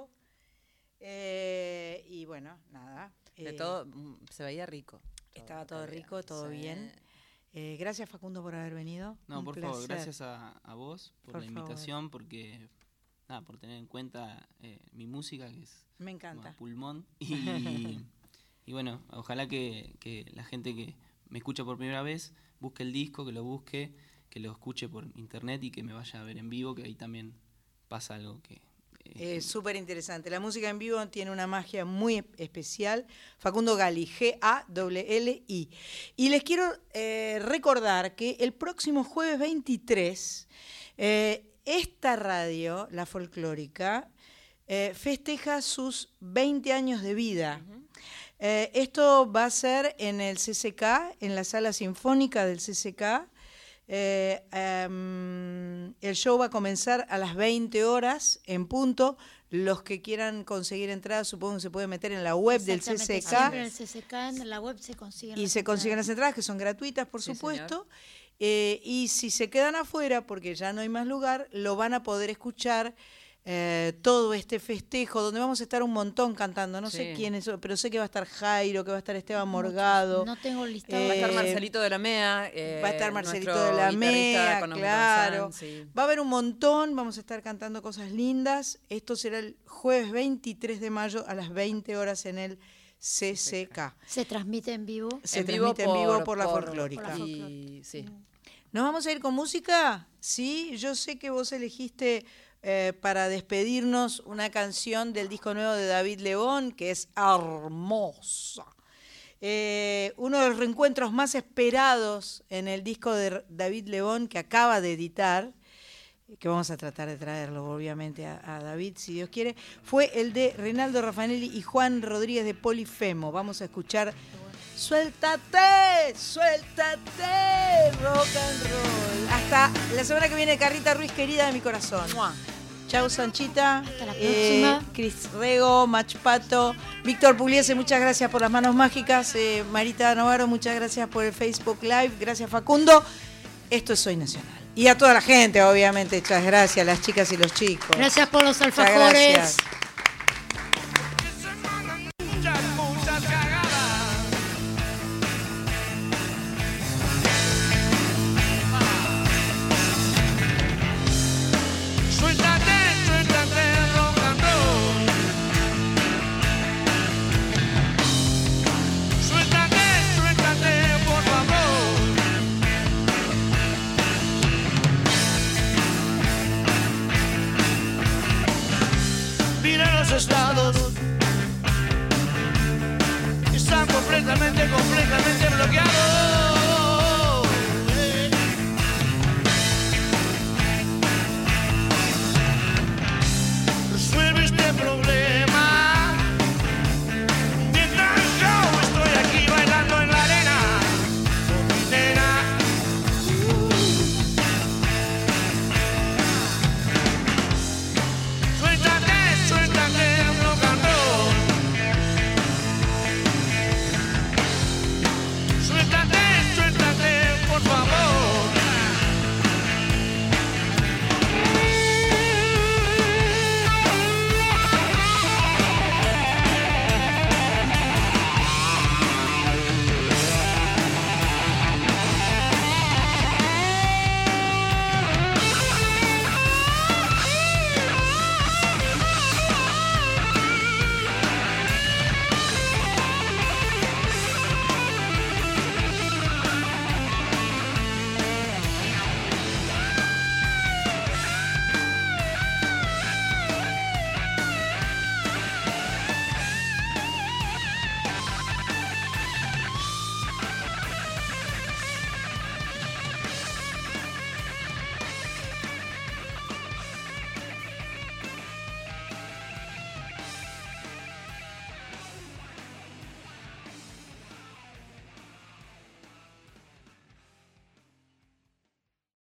Y bueno, nada. De todo, se veía rico. Estaba todo rico, todo bien. Gracias, Facundo, por haber venido. No, por favor, gracias a vos por la invitación, porque por tener en cuenta mi música, que es me encanta. Pulmón. Y bueno, ojalá que la gente que me escucha por primera vez busque el disco, que lo busque, que lo escuche por internet y que me vaya a ver en vivo, que ahí también pasa algo que... Es súper interesante. La música en vivo tiene una magia muy especial. Facundo Galli, G-A-L-L-I. Y les quiero recordar que el próximo jueves 23, esta radio, La Folclórica, festeja sus 20 años de vida. Esto va a ser en el CCK, en la sala sinfónica del CCK. El show va a comenzar a las 20 horas en punto. Los que quieran conseguir entradas, supongo que se pueden meter en la web del CCK. Siempre en el CCK, en la web se consiguen. Y se consiguen las entradas, que son gratuitas, por supuesto. Y si se quedan afuera, porque ya no hay más lugar, lo van a poder escuchar. Todo este festejo, donde vamos a estar un montón cantando, no sé quién es, pero sé que va a estar Jairo, que va a estar Esteban Morgado. No tengo listado. Va a estar Marcelito de la MEA. Va a estar Marcelito de la MEA, claro. Va a haber un montón, vamos a estar cantando cosas lindas. Esto será el jueves 23 de mayo a las 20 horas en el CCK. ¿Se transmite en vivo? Se transmite en vivo por la Folclórica. ¿Nos vamos a ir con música? Sí, yo sé que vos elegiste... para despedirnos una canción del disco nuevo de David Lebón, que es hermosa. Uno de los reencuentros más esperados en el disco de David Lebón, que acaba de editar, que vamos a tratar de traerlo obviamente a David, si Dios quiere, fue el de Reinaldo Raffanelli y Juan Rodríguez de Polifemo. Vamos a escuchar Suéltate, suéltate, rock and roll. Hasta la semana que viene, Carlita Ruiz, querida de mi corazón. Chau, Sanchita. Hasta la próxima. Cris Rego, Mach Pato, Víctor Pugliese, muchas gracias por las manos mágicas. Marita Navarro, muchas gracias por el Facebook Live. Gracias, Facundo. Esto es Soy Nacional. Y a toda la gente, obviamente, muchas gracias, las chicas y los chicos. Gracias por los alfajores. Estados están completamente bloqueados.